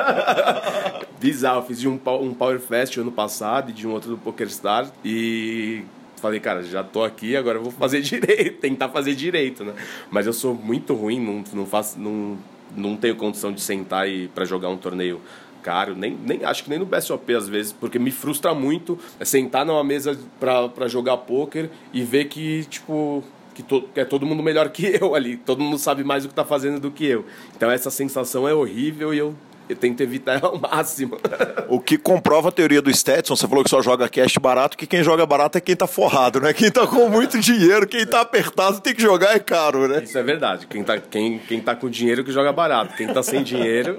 Bizarro, eu fiz de um, um Power Fest ano passado e de um outro do PokerStars e falei, cara, já tô aqui, agora eu vou fazer direito, tentar fazer direito, né? Mas eu sou muito ruim, não, não, faço, não, não tenho condição de sentar e para jogar um torneio caro, nem, nem, acho que nem no B S O P às vezes, porque me frustra muito sentar numa mesa para jogar poker e ver que, tipo... Que, to, que é todo mundo melhor que eu ali, todo mundo sabe mais o que tá fazendo do que eu. Então essa sensação é horrível e eu, eu tento evitar ela ao máximo. O que comprova a teoria do Stetson, você falou que só joga cash barato, que quem joga barato é quem tá forrado, né? Quem tá com muito dinheiro, quem tá apertado tem que jogar é caro, né? Isso é verdade, quem tá, quem, quem tá com dinheiro que joga barato, quem tá sem dinheiro...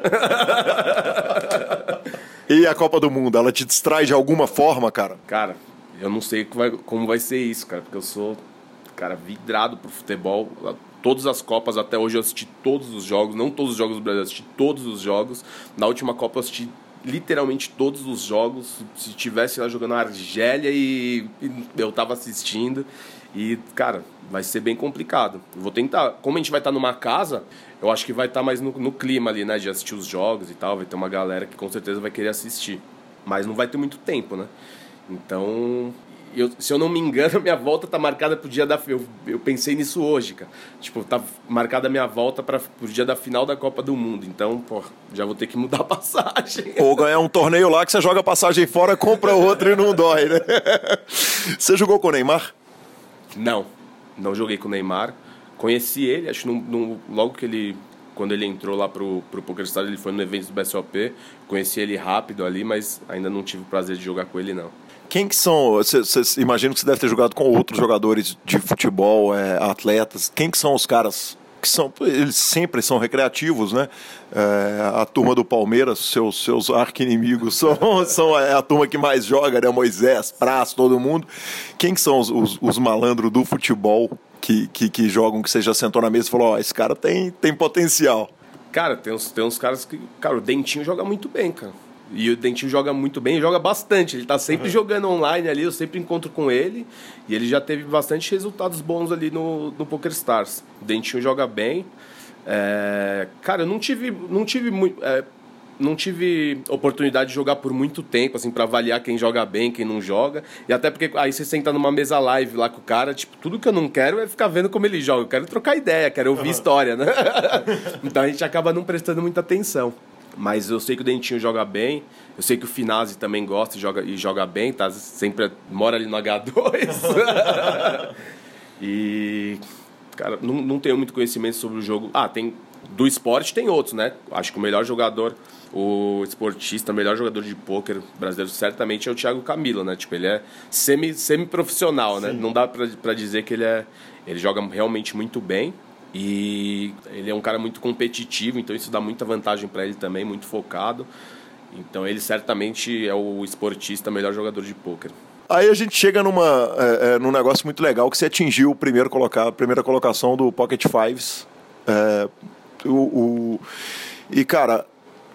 E a Copa do Mundo, ela te distrai de alguma forma, cara? Cara, eu não sei como vai ser isso, cara, porque eu sou... Cara, vidrado pro futebol. Todas as Copas, até hoje eu assisti todos os jogos. Não todos os jogos do Brasil, eu assisti todos os jogos. Na última Copa eu assisti literalmente todos os jogos. Se tivesse lá jogando a Argélia e, e eu tava assistindo. E, cara, vai ser bem complicado. Eu vou tentar. Como a gente vai estar numa casa, eu acho que vai estar mais no, no clima ali, né? De assistir os jogos e tal. Vai ter uma galera que com certeza vai querer assistir. Mas não vai ter muito tempo, né? Então... Eu, se eu não me engano, minha volta tá marcada pro dia da... Eu, eu pensei nisso hoje, cara. Tipo, tá marcada a minha volta para pro dia da final da Copa do Mundo. Então, pô, já vou ter que mudar a passagem. Ou ganhar um torneio lá que você joga a passagem fora, compra outro e não dói, né? Você jogou com o Neymar? Não, não joguei com o Neymar. Conheci ele, acho que no, no, logo que ele... Quando ele entrou lá pro, pro PokerStars, ele foi no evento do B S O P. Conheci ele rápido ali, mas ainda não tive o prazer de jogar com ele, não. Quem que são, você imagina que você deve ter jogado com outros jogadores de futebol, é, atletas, quem que são os caras que são, eles sempre são recreativos, né? É, a turma do Palmeiras, seus, seus arqui-inimigos são, são a, a turma que mais joga, né? Moisés, Praça, todo mundo. Quem que são os, os, os malandros do futebol que, que, que jogam, que você já sentou na mesa e falou, ó, oh, esse cara tem, tem potencial? Cara, tem uns, tem uns caras que... Cara, o Dentinho joga muito bem, cara. E o Dentinho joga muito bem, joga bastante. Ele tá sempre uhum. jogando online ali, eu sempre encontro com ele. E ele já teve bastante resultados bons ali no, no PokerStars. O Dentinho joga bem. É, cara, eu não tive, não tive muito... É, não tive oportunidade de jogar por muito tempo, assim, pra avaliar quem joga bem, quem não joga. E até porque aí você senta numa mesa live lá com o cara, tipo, tudo que eu não quero é ficar vendo como ele joga. Eu quero trocar ideia, quero ouvir uhum. história, né? Então a gente acaba não prestando muita atenção. Mas eu sei que o Dentinho joga bem, eu sei que o Finazzi também gosta e joga, e joga bem, tá? Sempre mora ali no agá dois. E, cara, não, não tenho muito conhecimento sobre o jogo. Ah, tem do esporte tem outros, né? Acho que o melhor jogador o esportista, melhor jogador de pôquer brasileiro, certamente é o Thiago Camilo, né? Tipo, ele é semi, semi-profissional, né? Não dá pra, pra dizer que ele é... Ele joga realmente muito bem e ele é um cara muito competitivo, então isso dá muita vantagem pra ele também, muito focado. Então ele certamente é o esportista, melhor jogador de pôquer. Aí a gente chega numa, é, é, num negócio muito legal, que você atingiu o primeiro colocar, a primeira colocação do Pocket Fives. É, o, o, e, cara,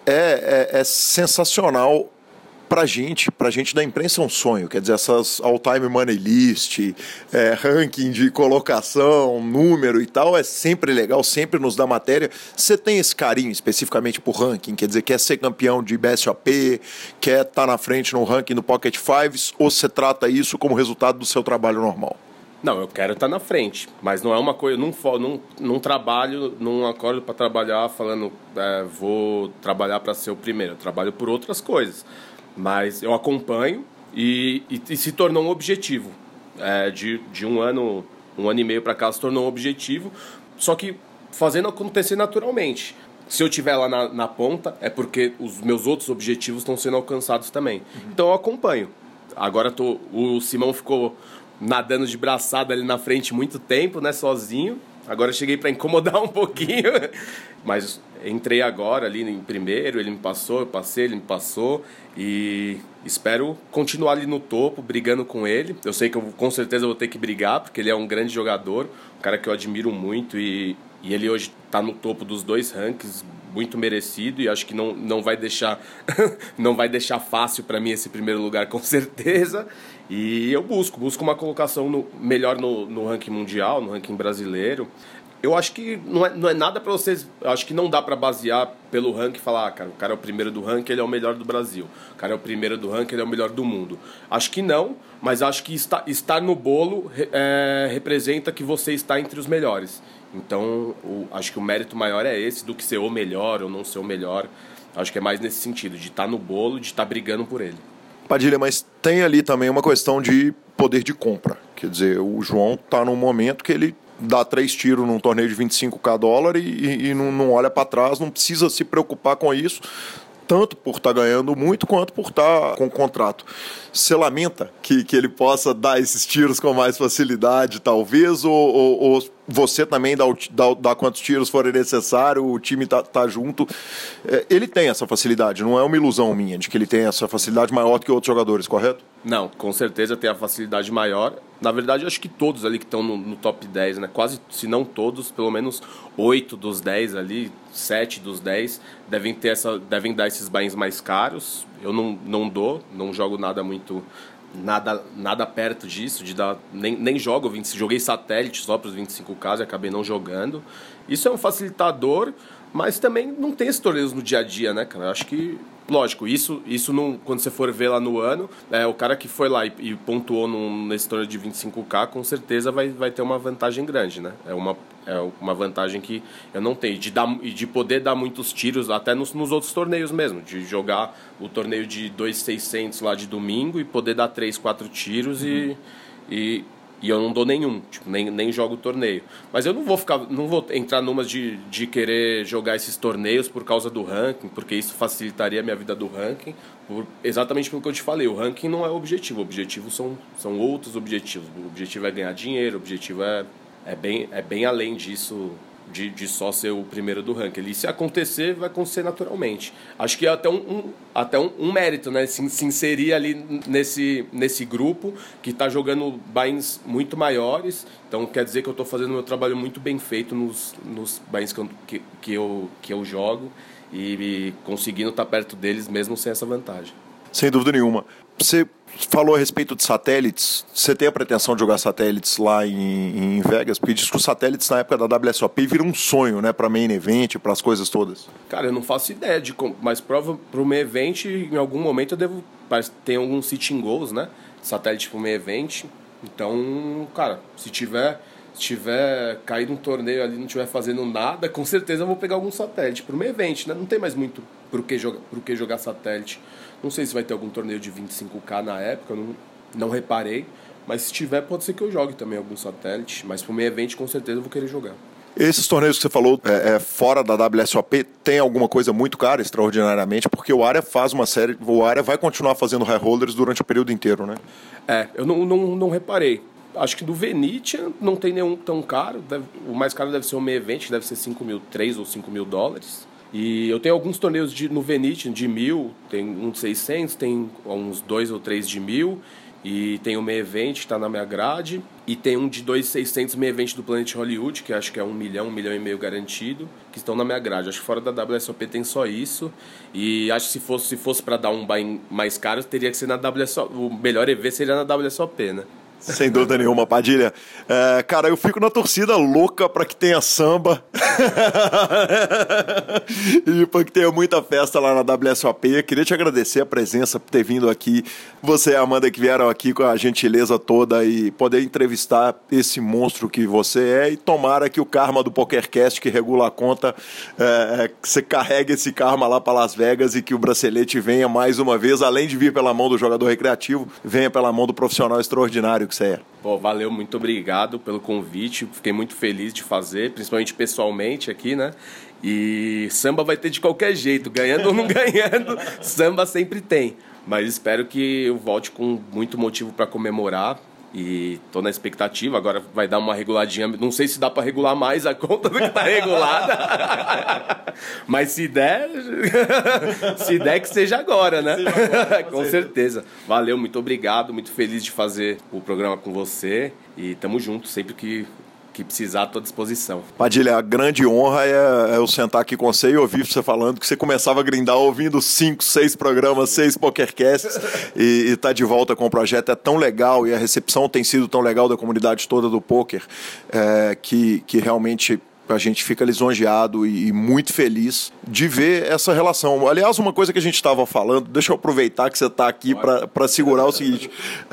é, é, é sensacional pra gente, pra gente da imprensa é um sonho. Quer dizer, essas all-time money list, é, ranking de colocação, número e tal, é sempre legal, sempre nos dá matéria. Você tem esse carinho especificamente por ranking? Quer dizer, quer ser campeão de B S O P, quer estar na frente no ranking do Pocket Fives, ou você trata isso como resultado do seu trabalho normal? Não, eu quero estar na frente, mas não é uma coisa, eu não, não, não trabalho, não acordo para trabalhar falando, é, vou trabalhar para ser o primeiro, eu trabalho por outras coisas, mas eu acompanho e, e, e se tornou um objetivo, é, de, de um ano, um ano e meio para cá se tornou um objetivo, só que fazendo acontecer naturalmente. Se eu estiver lá na, na ponta, é porque os meus outros objetivos estão sendo alcançados também. Uhum. Então eu acompanho. Agora tô, o Simão ficou nadando de braçada ali na frente muito tempo, né, sozinho. Agora eu cheguei para incomodar um pouquinho, mas entrei agora ali em primeiro, ele me passou, eu passei, ele me passou e espero continuar ali no topo, brigando com ele. Eu sei que eu com certeza vou ter que brigar, porque ele é um grande jogador, um cara que eu admiro muito e, e ele hoje está no topo dos dois rankings, muito merecido, e acho que não, não vai deixar não vai deixar fácil para mim esse primeiro lugar, com certeza. E eu busco, busco uma colocação no, melhor no, no ranking mundial, no ranking brasileiro. Eu acho que não é, não é nada para vocês... Eu acho que não dá para basear pelo ranking e falar, ah, cara, o cara é o primeiro do ranking, ele é o melhor do Brasil. O cara é o primeiro do ranking, ele é o melhor do mundo. Acho que não, mas acho que está, estar no bolo é, representa que você está entre os melhores. Então, o, acho que o mérito maior é esse, do que ser o melhor ou não ser o melhor. Acho que é mais nesse sentido, de estar no bolo, de estar brigando por ele. Padilha, mas tem ali também uma questão de poder de compra. Quer dizer, o João está num momento que ele dá três tiros num torneio de vinte e cinco mil dólares e, e, e não, não olha para trás, não precisa se preocupar com isso, tanto por estar tá ganhando muito, quanto por estar tá com contrato. Você lamenta que, que ele possa dar esses tiros com mais facilidade, talvez, ou, ou, ou você também dá, dá, dá quantos tiros forem necessários, o time tá, tá junto. É, ele tem essa facilidade, não é uma ilusão minha de que ele tem essa facilidade maior do que outros jogadores, correto? Não, com certeza tem a facilidade maior. Na verdade, eu acho que todos ali que estão no, no top dez, né? Quase, se não todos, pelo menos oito dos dez ali, sete dos dez, devem, ter essa, devem dar esses buy-ins mais caros. Eu não, não dou, não jogo nada muito... Nada, nada perto disso, de dar, nem, nem jogo, vinte, joguei satélite só para os vinte e cinco K e acabei não jogando. Isso é um facilitador, mas também não tem esses torneios no dia a dia, né, cara? Eu acho que, lógico, isso, isso não, quando você for ver lá no ano, é, o cara que foi lá e, e pontuou num, nesse torneio de vinte e cinco K, com certeza vai, vai ter uma vantagem grande, né? É uma, é uma vantagem que eu não tenho, de, dar, de poder dar muitos tiros, até nos, nos outros torneios mesmo, de jogar o torneio de dois mil e seiscentos lá de domingo e poder dar três, quatro tiros. Uhum. e... e E eu não dou nenhum, tipo, nem, nem jogo o torneio. Mas eu não vou ficar, não vou entrar numas de, de querer jogar esses torneios por causa do ranking, porque isso facilitaria a minha vida do ranking, por, exatamente pelo que eu te falei. O ranking não é o objetivo, o objetivo são, são outros objetivos. O objetivo é ganhar dinheiro, o objetivo é, é, bem, é bem além disso, de, de só ser o primeiro do ranking. E se acontecer, vai acontecer naturalmente. Acho que é até um, um, até um, um mérito, né? Se, se inserir ali nesse, nesse grupo que está jogando buy-ins muito maiores. Então quer dizer que eu estou fazendo meu trabalho muito bem feito nos, nos buy-ins que eu, que, que, eu, que eu jogo e, e conseguindo estar tá perto deles mesmo sem essa vantagem. Sem dúvida nenhuma. Você falou a respeito de satélites. Você tem a pretensão de jogar satélites lá em, em Vegas? Porque diz que os satélites na época da W S O P viram um sonho, né? Para main event, para as coisas todas. Cara, eu não faço ideia de como, mas prova para o main event, em algum momento eu devo. Tem alguns sitting goals, né? Satélite para o main event. Então, cara, se tiver, se tiver caído um torneio ali, não estiver fazendo nada, com certeza eu vou pegar algum satélite para o main event, né? Não tem mais muito pro que jogar, pro que jogar satélite. Não sei se vai ter algum torneio de vinte e cinco K na época, eu não, não reparei. Mas se tiver, pode ser que eu jogue também algum satélite. Mas pro meio evento, com certeza, eu vou querer jogar. Esses torneios que você falou, é, é, fora da W S O P, tem alguma coisa muito cara, extraordinariamente, porque o Aria faz uma série, o Aria vai continuar fazendo high holders durante o período inteiro, né? É, eu não, não, não reparei. Acho que do Venetian não tem nenhum tão caro. Deve, o mais caro deve ser o Main Event, que deve ser cinco mil, três ou cinco mil dólares. E eu tenho alguns torneios de, no Venetian de mil, tem um de seiscentos, tem uns dois ou três de mil. E tem o Main Event, que está na minha grade. E tem um de dois mil e seiscentos Main Event do Planet Hollywood, que acho que é um milhão, um milhão e meio garantido, que estão na minha grade. Acho que fora da W S O P tem só isso. E acho que se fosse, se fosse para dar um buy mais caro, teria que ser na W S O P. O melhor E V seria na W S O P, né? Sem dúvida nenhuma, Padilha. É, cara, eu fico na torcida louca para que tenha samba e para que tenha muita festa lá na W S O P. Queria te agradecer a presença, por ter vindo aqui. Você e a Amanda que vieram aqui com a gentileza toda e poder entrevistar esse monstro que você é. E tomara que o karma do PokerCast, que regula a conta, é, que você carregue esse karma lá para Las Vegas e que o bracelete venha mais uma vez, além de vir pela mão do jogador recreativo, venha pela mão do profissional extraordinário que você é. Pô, valeu, muito obrigado pelo convite. Fiquei muito feliz de fazer, principalmente pessoalmente aqui, né? E samba vai ter de qualquer jeito, ganhando ou não ganhando, samba sempre tem. Mas espero que eu volte com muito motivo para comemorar. E tô na expectativa, agora vai dar uma reguladinha. Não sei se dá para regular mais a conta do que tá regulada. Mas se der, se der que seja agora, né? Seja agora, com certeza. Valeu, muito obrigado, muito feliz de fazer o programa com você. E tamo junto, sempre que que precisar, estou à disposição. Padilha, a grande honra é, é eu sentar aqui com você e ouvir você falando que você começava a grindar ouvindo cinco, seis programas, seis PokerCasts e está de volta com o projeto. É tão legal e a recepção tem sido tão legal da comunidade toda do poker é, que, que realmente a gente fica lisonjeado e, e muito feliz de ver essa relação. Aliás, uma coisa que a gente estava falando, deixa eu aproveitar que você está aqui para segurar o seguinte,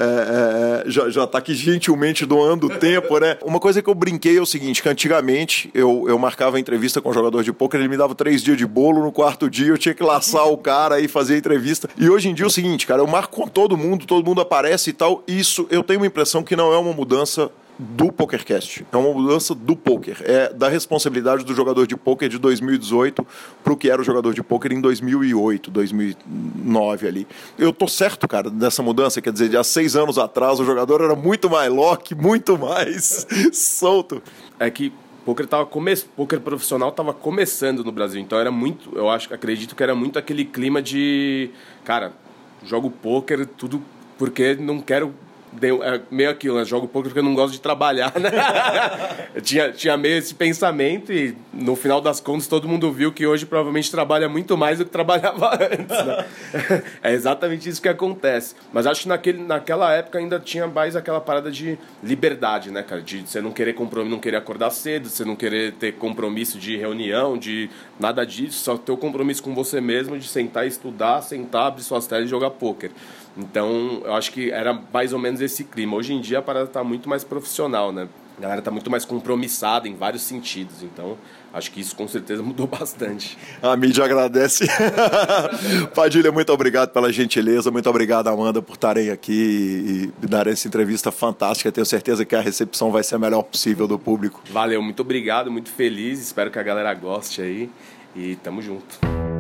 é, é, já está aqui gentilmente doando tempo, né? Uma coisa que eu brinquei é o seguinte, que antigamente eu, eu marcava a entrevista com um jogador de pôquer, ele me dava três dias de bolo, no quarto dia eu tinha que laçar o cara e fazer a entrevista. E hoje em dia é o seguinte, cara, eu marco com todo mundo, todo mundo aparece e tal, isso eu tenho uma impressão que não é uma mudança do PokerCast, é uma mudança do poker, é da responsabilidade do jogador de poker de dois mil e dezoito para o que era o jogador de poker em dois mil e oito, dois mil e nove ali. Eu tô certo, cara, dessa mudança, quer dizer, de há seis anos atrás o jogador era muito mais lock, muito mais solto. É que poker tava come... poker profissional estava começando no Brasil, então era muito, eu acho, acredito que era muito aquele clima de, cara, jogo poker tudo porque não quero Deu, é meio aquilo, né? Jogo poker porque eu não gosto de trabalhar, né? eu tinha, tinha meio esse pensamento e no final das contas todo mundo viu que hoje provavelmente trabalha muito mais do que trabalhava antes, né? É exatamente isso que acontece. Mas acho que naquele, naquela época ainda tinha mais aquela parada de liberdade, né, cara? De você não querer compromisso, não querer acordar cedo, você não querer ter compromisso de reunião, de nada disso, só ter o compromisso com você mesmo de sentar e estudar, sentar, abrir suas telas e jogar poker. Então, eu acho que era mais ou menos esse clima. Hoje em dia a parada está muito mais profissional, né? A galera está muito mais compromissada em vários sentidos. Então, acho que isso com certeza mudou bastante. A mídia agradece. Padilha, muito obrigado pela gentileza. Muito obrigado, Amanda, por estarem aqui e darem essa entrevista fantástica. Tenho certeza que a recepção vai ser a melhor possível do público. Valeu, muito obrigado, muito feliz. Espero que a galera goste aí. E tamo junto.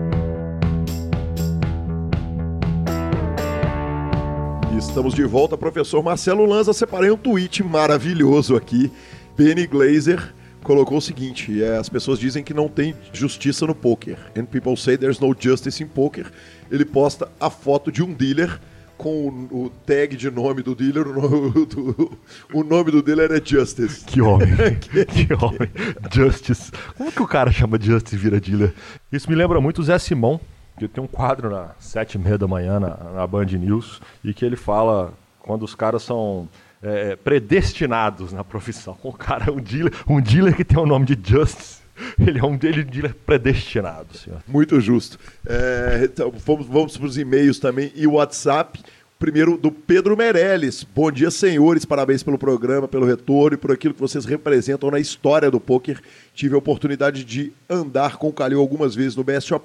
Estamos de volta, professor Marcelo Lanza. Separei um tweet maravilhoso aqui. Benny Glazer colocou o seguinte: é, as pessoas dizem que não tem justiça no poker. And people say there's no justice in poker. Ele posta a foto de um dealer com o, o tag de nome do dealer. O, do, o nome do dealer é Justice. Que homem, que homem. Justice. Como que o cara chama Justice e vira dealer? Isso me lembra muito o Zé Simão, que tem um quadro na sete e meia da manhã na, na Band News, e que ele fala quando os caras são é, predestinados na profissão. O cara é um dealer, um dealer que tem o nome de Justice, ele é um dealer predestinado. Senhor. Muito justo. É, então, vamos, vamos para os e-mails também e o WhatsApp. Primeiro do Pedro Meirelles. Bom dia, senhores. Parabéns pelo programa, pelo retorno e por aquilo que vocês representam na história do poker. Tive a oportunidade de andar com o Calil algumas vezes no B S O P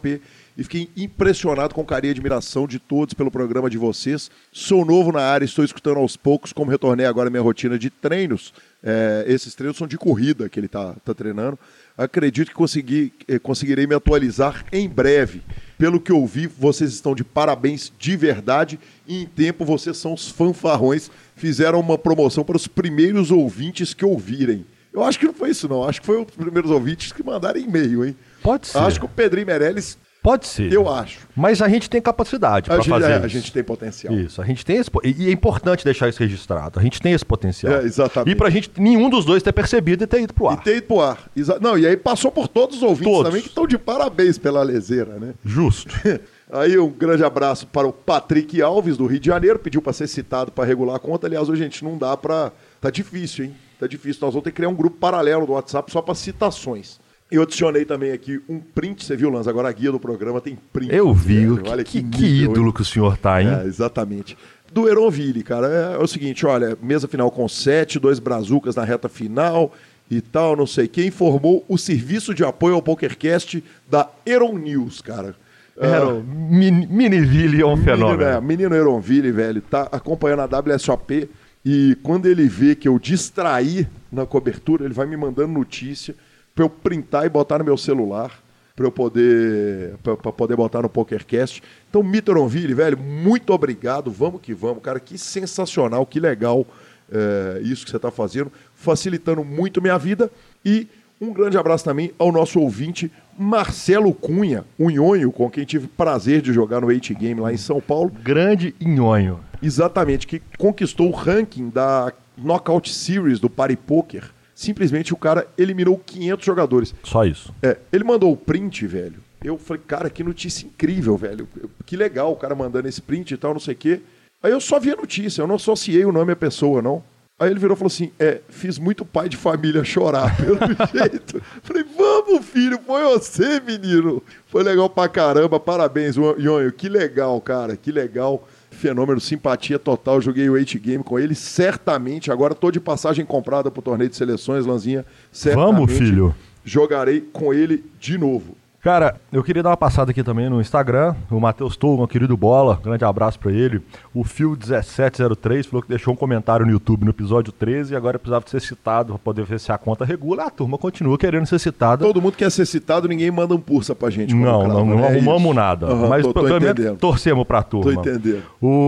e fiquei impressionado com o carinho e admiração de todos pelo programa de vocês. Sou novo na área, estou escutando aos poucos, como retornei agora à minha rotina de treinos. É, esses treinos são de corrida que ele está tá treinando. Acredito que consegui, eh, conseguirei me atualizar em breve. Pelo que eu vi, vocês estão de parabéns de verdade e em tempo vocês são os fanfarrões. Fizeram uma promoção para os primeiros ouvintes que ouvirem. Eu acho que não foi isso não, acho que foi os primeiros ouvintes que mandaram e-mail, hein? Pode ser. Acho que o Pedrinho Meirelles... Pode ser. Eu acho. Mas a gente tem capacidade para fazer é, isso. A gente tem potencial. Isso, a gente tem esse... E é importante deixar isso registrado. A gente tem esse potencial. É, exatamente. E pra gente, nenhum dos dois ter percebido e ter ido pro ar. E ter ido pro ar. Exa... Não, e aí passou por todos os ouvintes todos. também, que estão de parabéns pela leseira, né? Justo. Aí um grande abraço para o Patrick Alves, do Rio de Janeiro. Pediu para ser citado para regular a conta. Aliás, hoje a gente não dá para... Tá difícil, hein? Tá difícil. Nós vamos ter que criar um grupo paralelo do WhatsApp só para citações. Eu adicionei também aqui um print, você viu, Lanza? Agora a guia do programa tem print. Eu vi, velho. que, Olha que, que, que nível, ídolo hein? que o senhor tá, hein? É, exatamente. Do Eronville, cara, é, é o seguinte, olha, mesa final com sete, dois brazucas na reta final e tal, não sei quem, informou o serviço de apoio ao PokerCast da Eron News, cara. Era o Min- Miniville é um fenômeno. Menino, é, menino Eronville, velho, tá acompanhando a W S O P e quando ele vê que eu distraí na cobertura, ele vai me mandando notícia para eu printar e botar no meu celular, para eu poder para poder botar no PokerCast. Então, Mito Eronville, velho, muito obrigado, vamos que vamos, cara, que sensacional, que legal é, isso que você está fazendo, facilitando muito minha vida. E um grande abraço também ao nosso ouvinte Marcelo Cunha, o Nhonho, com quem tive prazer de jogar no eight Game lá em São Paulo. Grande Nhonho. Exatamente, que conquistou o ranking da Knockout Series do Party Poker. Simplesmente o cara eliminou quinhentos jogadores. Só isso. É, ele mandou o print, velho. Eu falei, cara, que notícia incrível, velho. Que legal o cara mandando esse print e tal, não sei o quê. Aí eu só vi a notícia, eu não associei o nome à pessoa, não. Aí ele virou e falou assim, é, fiz muito pai de família chorar, pelo jeito. Falei, vamos, filho, foi você, menino. Foi legal pra caramba, parabéns, Nhonho. Que legal, cara, que legal. Fenômeno, simpatia total, joguei o eight Game com ele, certamente, agora tô de passagem comprada pro torneio de seleções, Lanzinha, certamente vamos, filho. Jogarei com ele de novo. Cara, eu queria dar uma passada aqui também no Instagram, o Matheus Tou, meu querido Bola, grande abraço pra ele. O Fio dezessete zero três falou que deixou um comentário no YouTube no episódio treze e agora precisava ser citado pra poder ver se a conta regula. A turma continua querendo ser citada. Todo mundo quer ser citado, ninguém manda um pursa pra gente. Não, cravo, não, não né? arrumamos É nada. Uhum, mas tô, tô pelo menos entendendo. torcemos pra turma. Tô entendendo.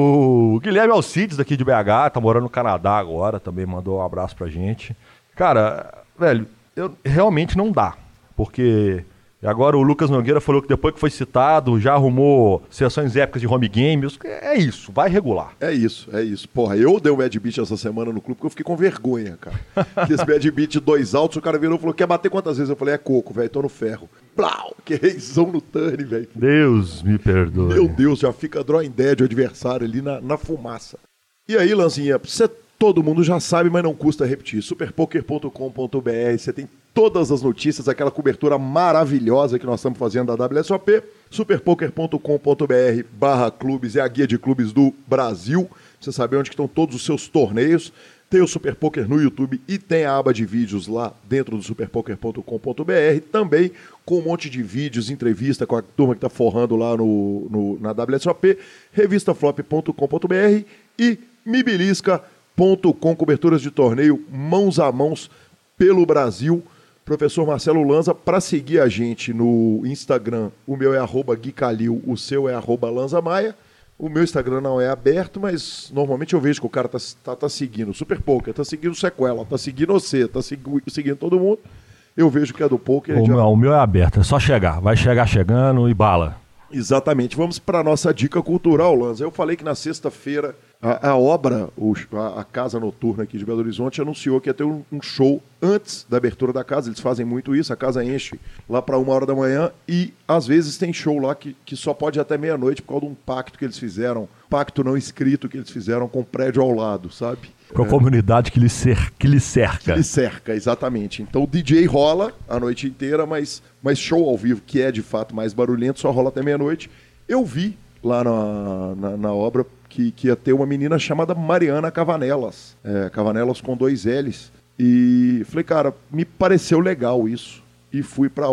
O Guilherme Alcides, daqui de B H, tá morando no Canadá agora, também mandou um abraço pra gente. Cara, velho, eu, realmente não dá, porque... E agora o Lucas Nogueira falou que depois que foi citado, já arrumou sessões épicas de home games. É isso, vai regular. É isso, é isso. Porra, eu dei um bad beat essa semana no clube porque eu fiquei com vergonha, cara. Que esse bad beat dois altos, o cara virou e falou, quer bater quantas vezes? Eu falei, é coco, velho, tô no ferro. Plau, que reizão no turn, velho. Deus me perdoe. Meu Deus, já fica drawing dead o adversário ali na, na fumaça. E aí, Lanzinha, você... Todo mundo já sabe, mas não custa repetir. superpoker ponto com ponto b r, você tem todas as notícias, aquela cobertura maravilhosa que nós estamos fazendo da W S O P. superpoker ponto com ponto b r barra clubes é a guia de clubes do Brasil. Você sabe onde estão todos os seus torneios. Tem o Super Poker no YouTube e tem a aba de vídeos lá dentro do superpoker ponto com ponto b r. Também com um monte de vídeos, entrevista com a turma que está forrando lá no, no, na W S O P. revista flop ponto com ponto b r e mibilisca ponto com, coberturas de torneio mãos a mãos pelo Brasil. Professor Marcelo Lanza, para seguir a gente no Instagram, o meu é arroba Gui Calil, o seu é arroba Lanza Maia. O meu Instagram não é aberto, mas normalmente eu vejo que o cara tá, tá, tá seguindo o Super Poker, tá seguindo o Sequela, tá seguindo você, tá segui, seguindo todo mundo. Eu vejo que é do Poker. O, já... meu, o meu é aberto, é só chegar. Vai chegar chegando e bala. Exatamente. Vamos para a nossa dica cultural, Lanza. Eu falei que na sexta-feira a, a obra, o, a, a Casa Noturna aqui de Belo Horizonte, anunciou que ia ter um, um show antes da abertura da casa. Eles fazem muito isso, a casa enche lá para uma hora da manhã e às vezes tem show lá que, que só pode ir até meia-noite por causa de um pacto que eles fizeram, pacto não escrito que eles fizeram com o prédio ao lado, sabe? Com a é. comunidade que lhe, cer que lhe cerca. Que lhe cerca, exatamente. Então o D J rola a noite inteira, mas, mas show ao vivo, que é de fato mais barulhento, só rola até meia-noite. Eu vi lá na, na, na obra que, que ia ter uma menina chamada Mariana Cavanelas, é, Cavanelas com dois L's. E falei, cara, me pareceu legal isso. E fui pra obra.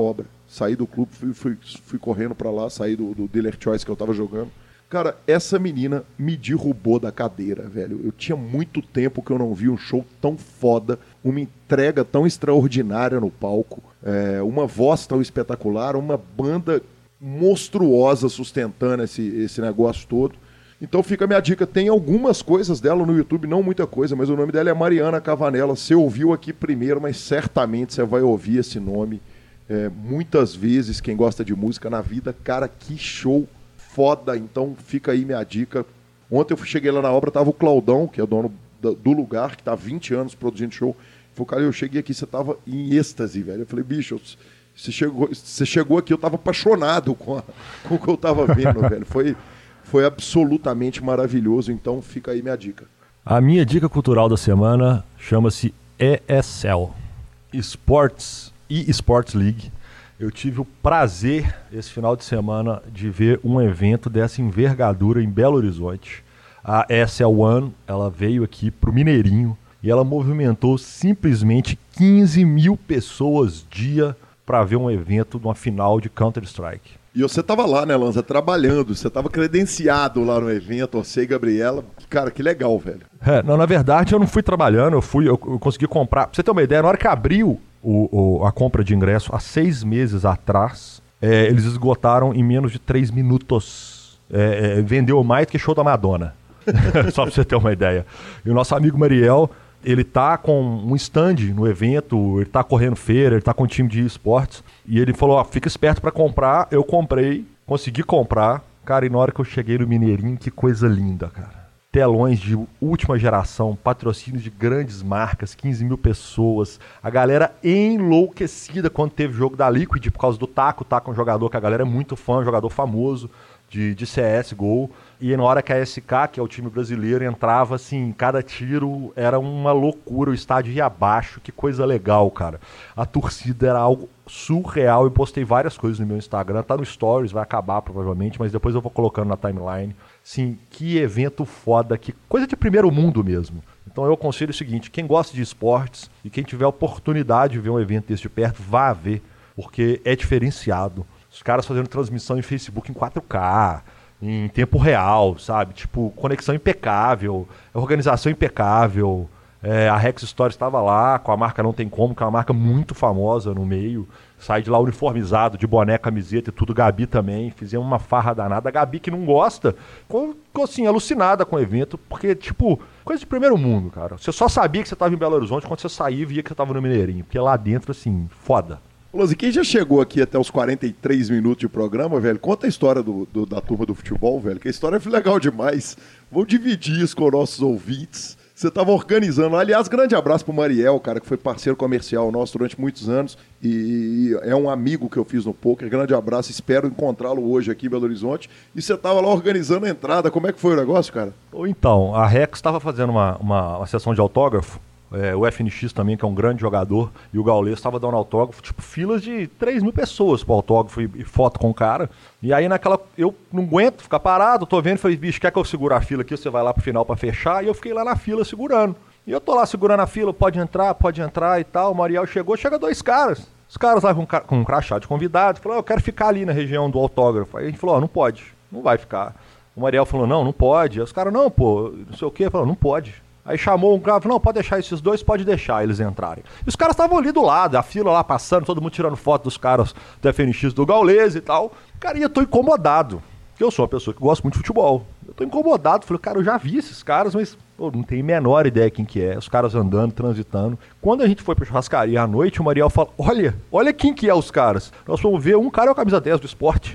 saí do clube, fui, fui, fui correndo pra lá, saí do, do Dealer Choice que eu tava jogando. Cara, essa menina me derrubou da cadeira, velho. Eu tinha muito tempo que eu não vi um show tão foda, uma entrega tão extraordinária no palco, é, uma voz tão espetacular, uma banda monstruosa sustentando esse, esse negócio todo. Então fica a minha dica, tem algumas coisas dela no YouTube, não muita coisa, mas o nome dela é Mariana Cavanella. Você ouviu aqui primeiro, mas certamente você vai ouvir esse nome é, muitas vezes, quem gosta de música na vida. Cara, que show foda, então fica aí minha dica. Ontem eu cheguei lá na obra, tava o Claudão, que é dono do lugar, que tá há vinte anos produzindo show. Ele falou, cara, eu cheguei aqui, você tava em êxtase, velho. Eu falei, bicho, você chegou, você chegou aqui, eu tava apaixonado com, a, com o que eu tava vendo, velho. Foi, foi absolutamente maravilhoso, então fica aí minha dica. A minha dica cultural da semana chama-se E S L, Sports e Sports League. Eu tive o prazer, esse final de semana, de ver um evento dessa envergadura em Belo Horizonte. A E S L One, ela veio aqui pro Mineirinho e ela movimentou simplesmente quinze mil pessoas dia para ver um evento de uma final de Counter-Strike. E você tava lá, né, Lanza, trabalhando, você tava credenciado lá no evento, você e Gabriela. Cara, que legal, velho. É, não, na verdade eu não fui trabalhando, eu fui, eu, eu consegui comprar. Pra você ter uma ideia, na hora que abriu O, o, a compra de ingresso há seis meses atrás, é, eles esgotaram em menos de três minutos. É, é, vendeu mais do que show da Madonna. Só pra você ter uma ideia. E o nosso amigo Mariel, ele tá com um stand no evento, ele tá correndo feira, ele tá com um time de esportes. E ele falou, ó, fica esperto pra comprar. Eu comprei, consegui comprar. Cara, e na hora que eu cheguei no Mineirinho, que coisa linda, cara. Telões de última geração, patrocínios de grandes marcas, quinze mil pessoas, a galera enlouquecida quando teve jogo da Liquid por causa do Taco. O Taco é um jogador que a galera é muito fã, um jogador famoso de, de C S G O. E na hora que a S K, que é o time brasileiro, entrava assim, cada tiro era uma loucura, o estádio ia abaixo, que coisa legal, cara. A torcida era algo surreal, eu postei várias coisas no meu Instagram, tá no Stories, vai acabar provavelmente, mas depois eu vou colocando na timeline. Sim, que evento foda, que coisa de primeiro mundo mesmo. Então eu aconselho o seguinte, quem gosta de esportes e quem tiver a oportunidade de ver um evento desse de perto, vá ver, porque é diferenciado. Os caras fazendo transmissão em Facebook em quatro K, em tempo real, sabe? Tipo, conexão impecável, organização impecável. É, a Rex Stories estava lá, com a marca Não Tem Como, que é uma marca muito famosa no meio. Sai de lá uniformizado, de boné, camiseta e tudo. Gabi também, fizemos uma farra danada. A Gabi, que não gosta, ficou assim, alucinada com o evento, porque, tipo, coisa de primeiro mundo, cara. Você só sabia que você estava em Belo Horizonte quando você saía e via que você estava no Mineirinho, porque lá dentro, assim, foda. Lose, quem já chegou aqui até os quarenta e três minutos de programa, velho, conta a história do, do, da turma do futebol, velho, que a história foi legal demais. Vou dividir isso com os nossos ouvintes. Você estava organizando. Aliás, grande abraço pro Mariel, cara, que foi parceiro comercial nosso durante muitos anos e é um amigo que eu fiz no poker. Grande abraço, espero encontrá-lo hoje aqui em Belo Horizonte. E você estava lá organizando a entrada. Como é que foi o negócio, cara? Então, a Rex estava fazendo uma, uma, uma sessão de autógrafo. É, o F N X também, que é um grande jogador, e o Gaules estava dando autógrafo, tipo, filas de três mil pessoas pro autógrafo e, e foto com o cara. E aí naquela, eu não aguento ficar parado, tô vendo, falei, bicho, quer que eu segure a fila aqui, você vai lá pro final pra fechar? E eu fiquei lá na fila segurando. E eu tô lá segurando a fila, pode entrar, pode entrar e tal. O Mariel chegou, chega dois caras. Os caras lá com, com um crachá de convidado, falaram, eu quero ficar ali na região do autógrafo. Aí a gente falou, ó, não pode, não vai ficar. O Mariel falou, não, não pode. Aí os caras, não, pô, não sei o quê, falou, não pode. Aí chamou um cara, falou, não, pode deixar esses dois, pode deixar eles entrarem. E os caras estavam ali do lado, a fila lá passando, todo mundo tirando foto dos caras do F N X, do Gaules e tal. Cara, e eu tô incomodado, porque eu sou uma pessoa que gosta muito de futebol. Eu tô incomodado, falei, cara, eu já vi esses caras, mas pô, não tenho a menor ideia quem que é. Os caras andando, transitando. Quando a gente foi pra churrascaria à noite, o Mariel falou, olha, olha quem que é os caras. Nós fomos ver, um cara é o camisa dez do Sport.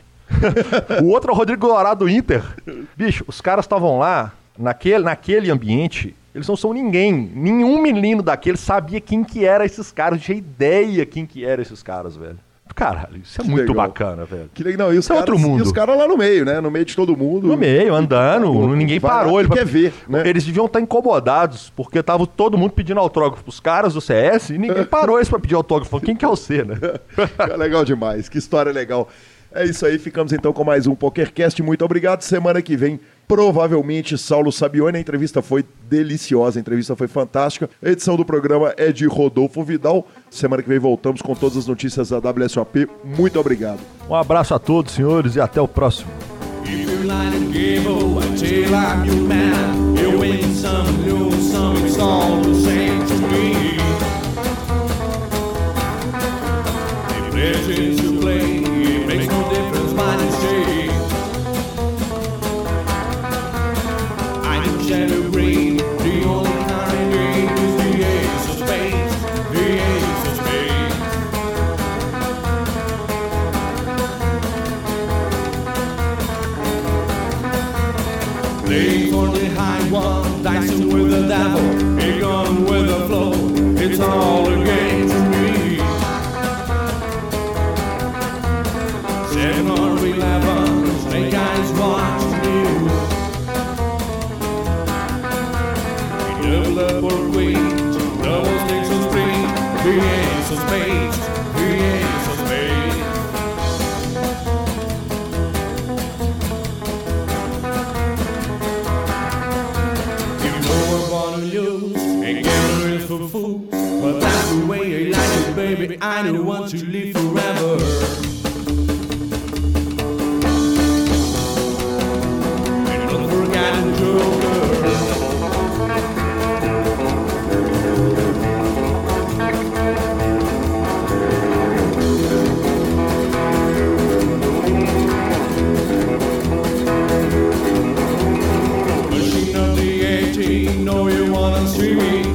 O outro é o Rodrigo Dourado do Inter. Bicho, os caras estavam lá, naquele, naquele ambiente... Eles não são ninguém. Nenhum menino daquele sabia quem que era esses caras. Não tinha ideia quem que eram esses caras, velho. Caralho, isso é que muito legal. Bacana, velho. Que legal. E os, isso caras, é outro mundo. E os caras lá no meio, né? No meio de todo mundo. No meio, andando. E, ninguém parou. Ele quer ver, né? Eles deviam estar incomodados, porque tava todo mundo pedindo autógrafo pros caras do C S e ninguém parou eles pra pedir autógrafo. Quem que é você, né? É legal demais. Que história legal. É isso aí, ficamos então com mais um PokerCast. Muito obrigado. Semana que vem, provavelmente, Saulo Sabione. A entrevista foi deliciosa, a entrevista foi fantástica. A edição do programa é de Rodolfo Vidal. Semana que vem voltamos com todas as notícias da W S O P. Muito obrigado. Um abraço a todos, senhores, e até o próximo. If you like a game over, till I'm your man. You win some, lose some, it's all the same to me. If there's is to play, it makes no difference what you say. I don't share the green, the only kind of game is the ace of spades, the ace of spades. Playing for the high one, dicing with the devil, a gun with the flow, it's all a game to me. Seven or eleven, snake eyes watching you. We double up or queen, double sticks of three, the ace of spades, the ace of spades. For fools, but that's the way I like it, baby. I don't want to live forever. And don't forget the joker. Pushing up the eighteen, know you wanna see me.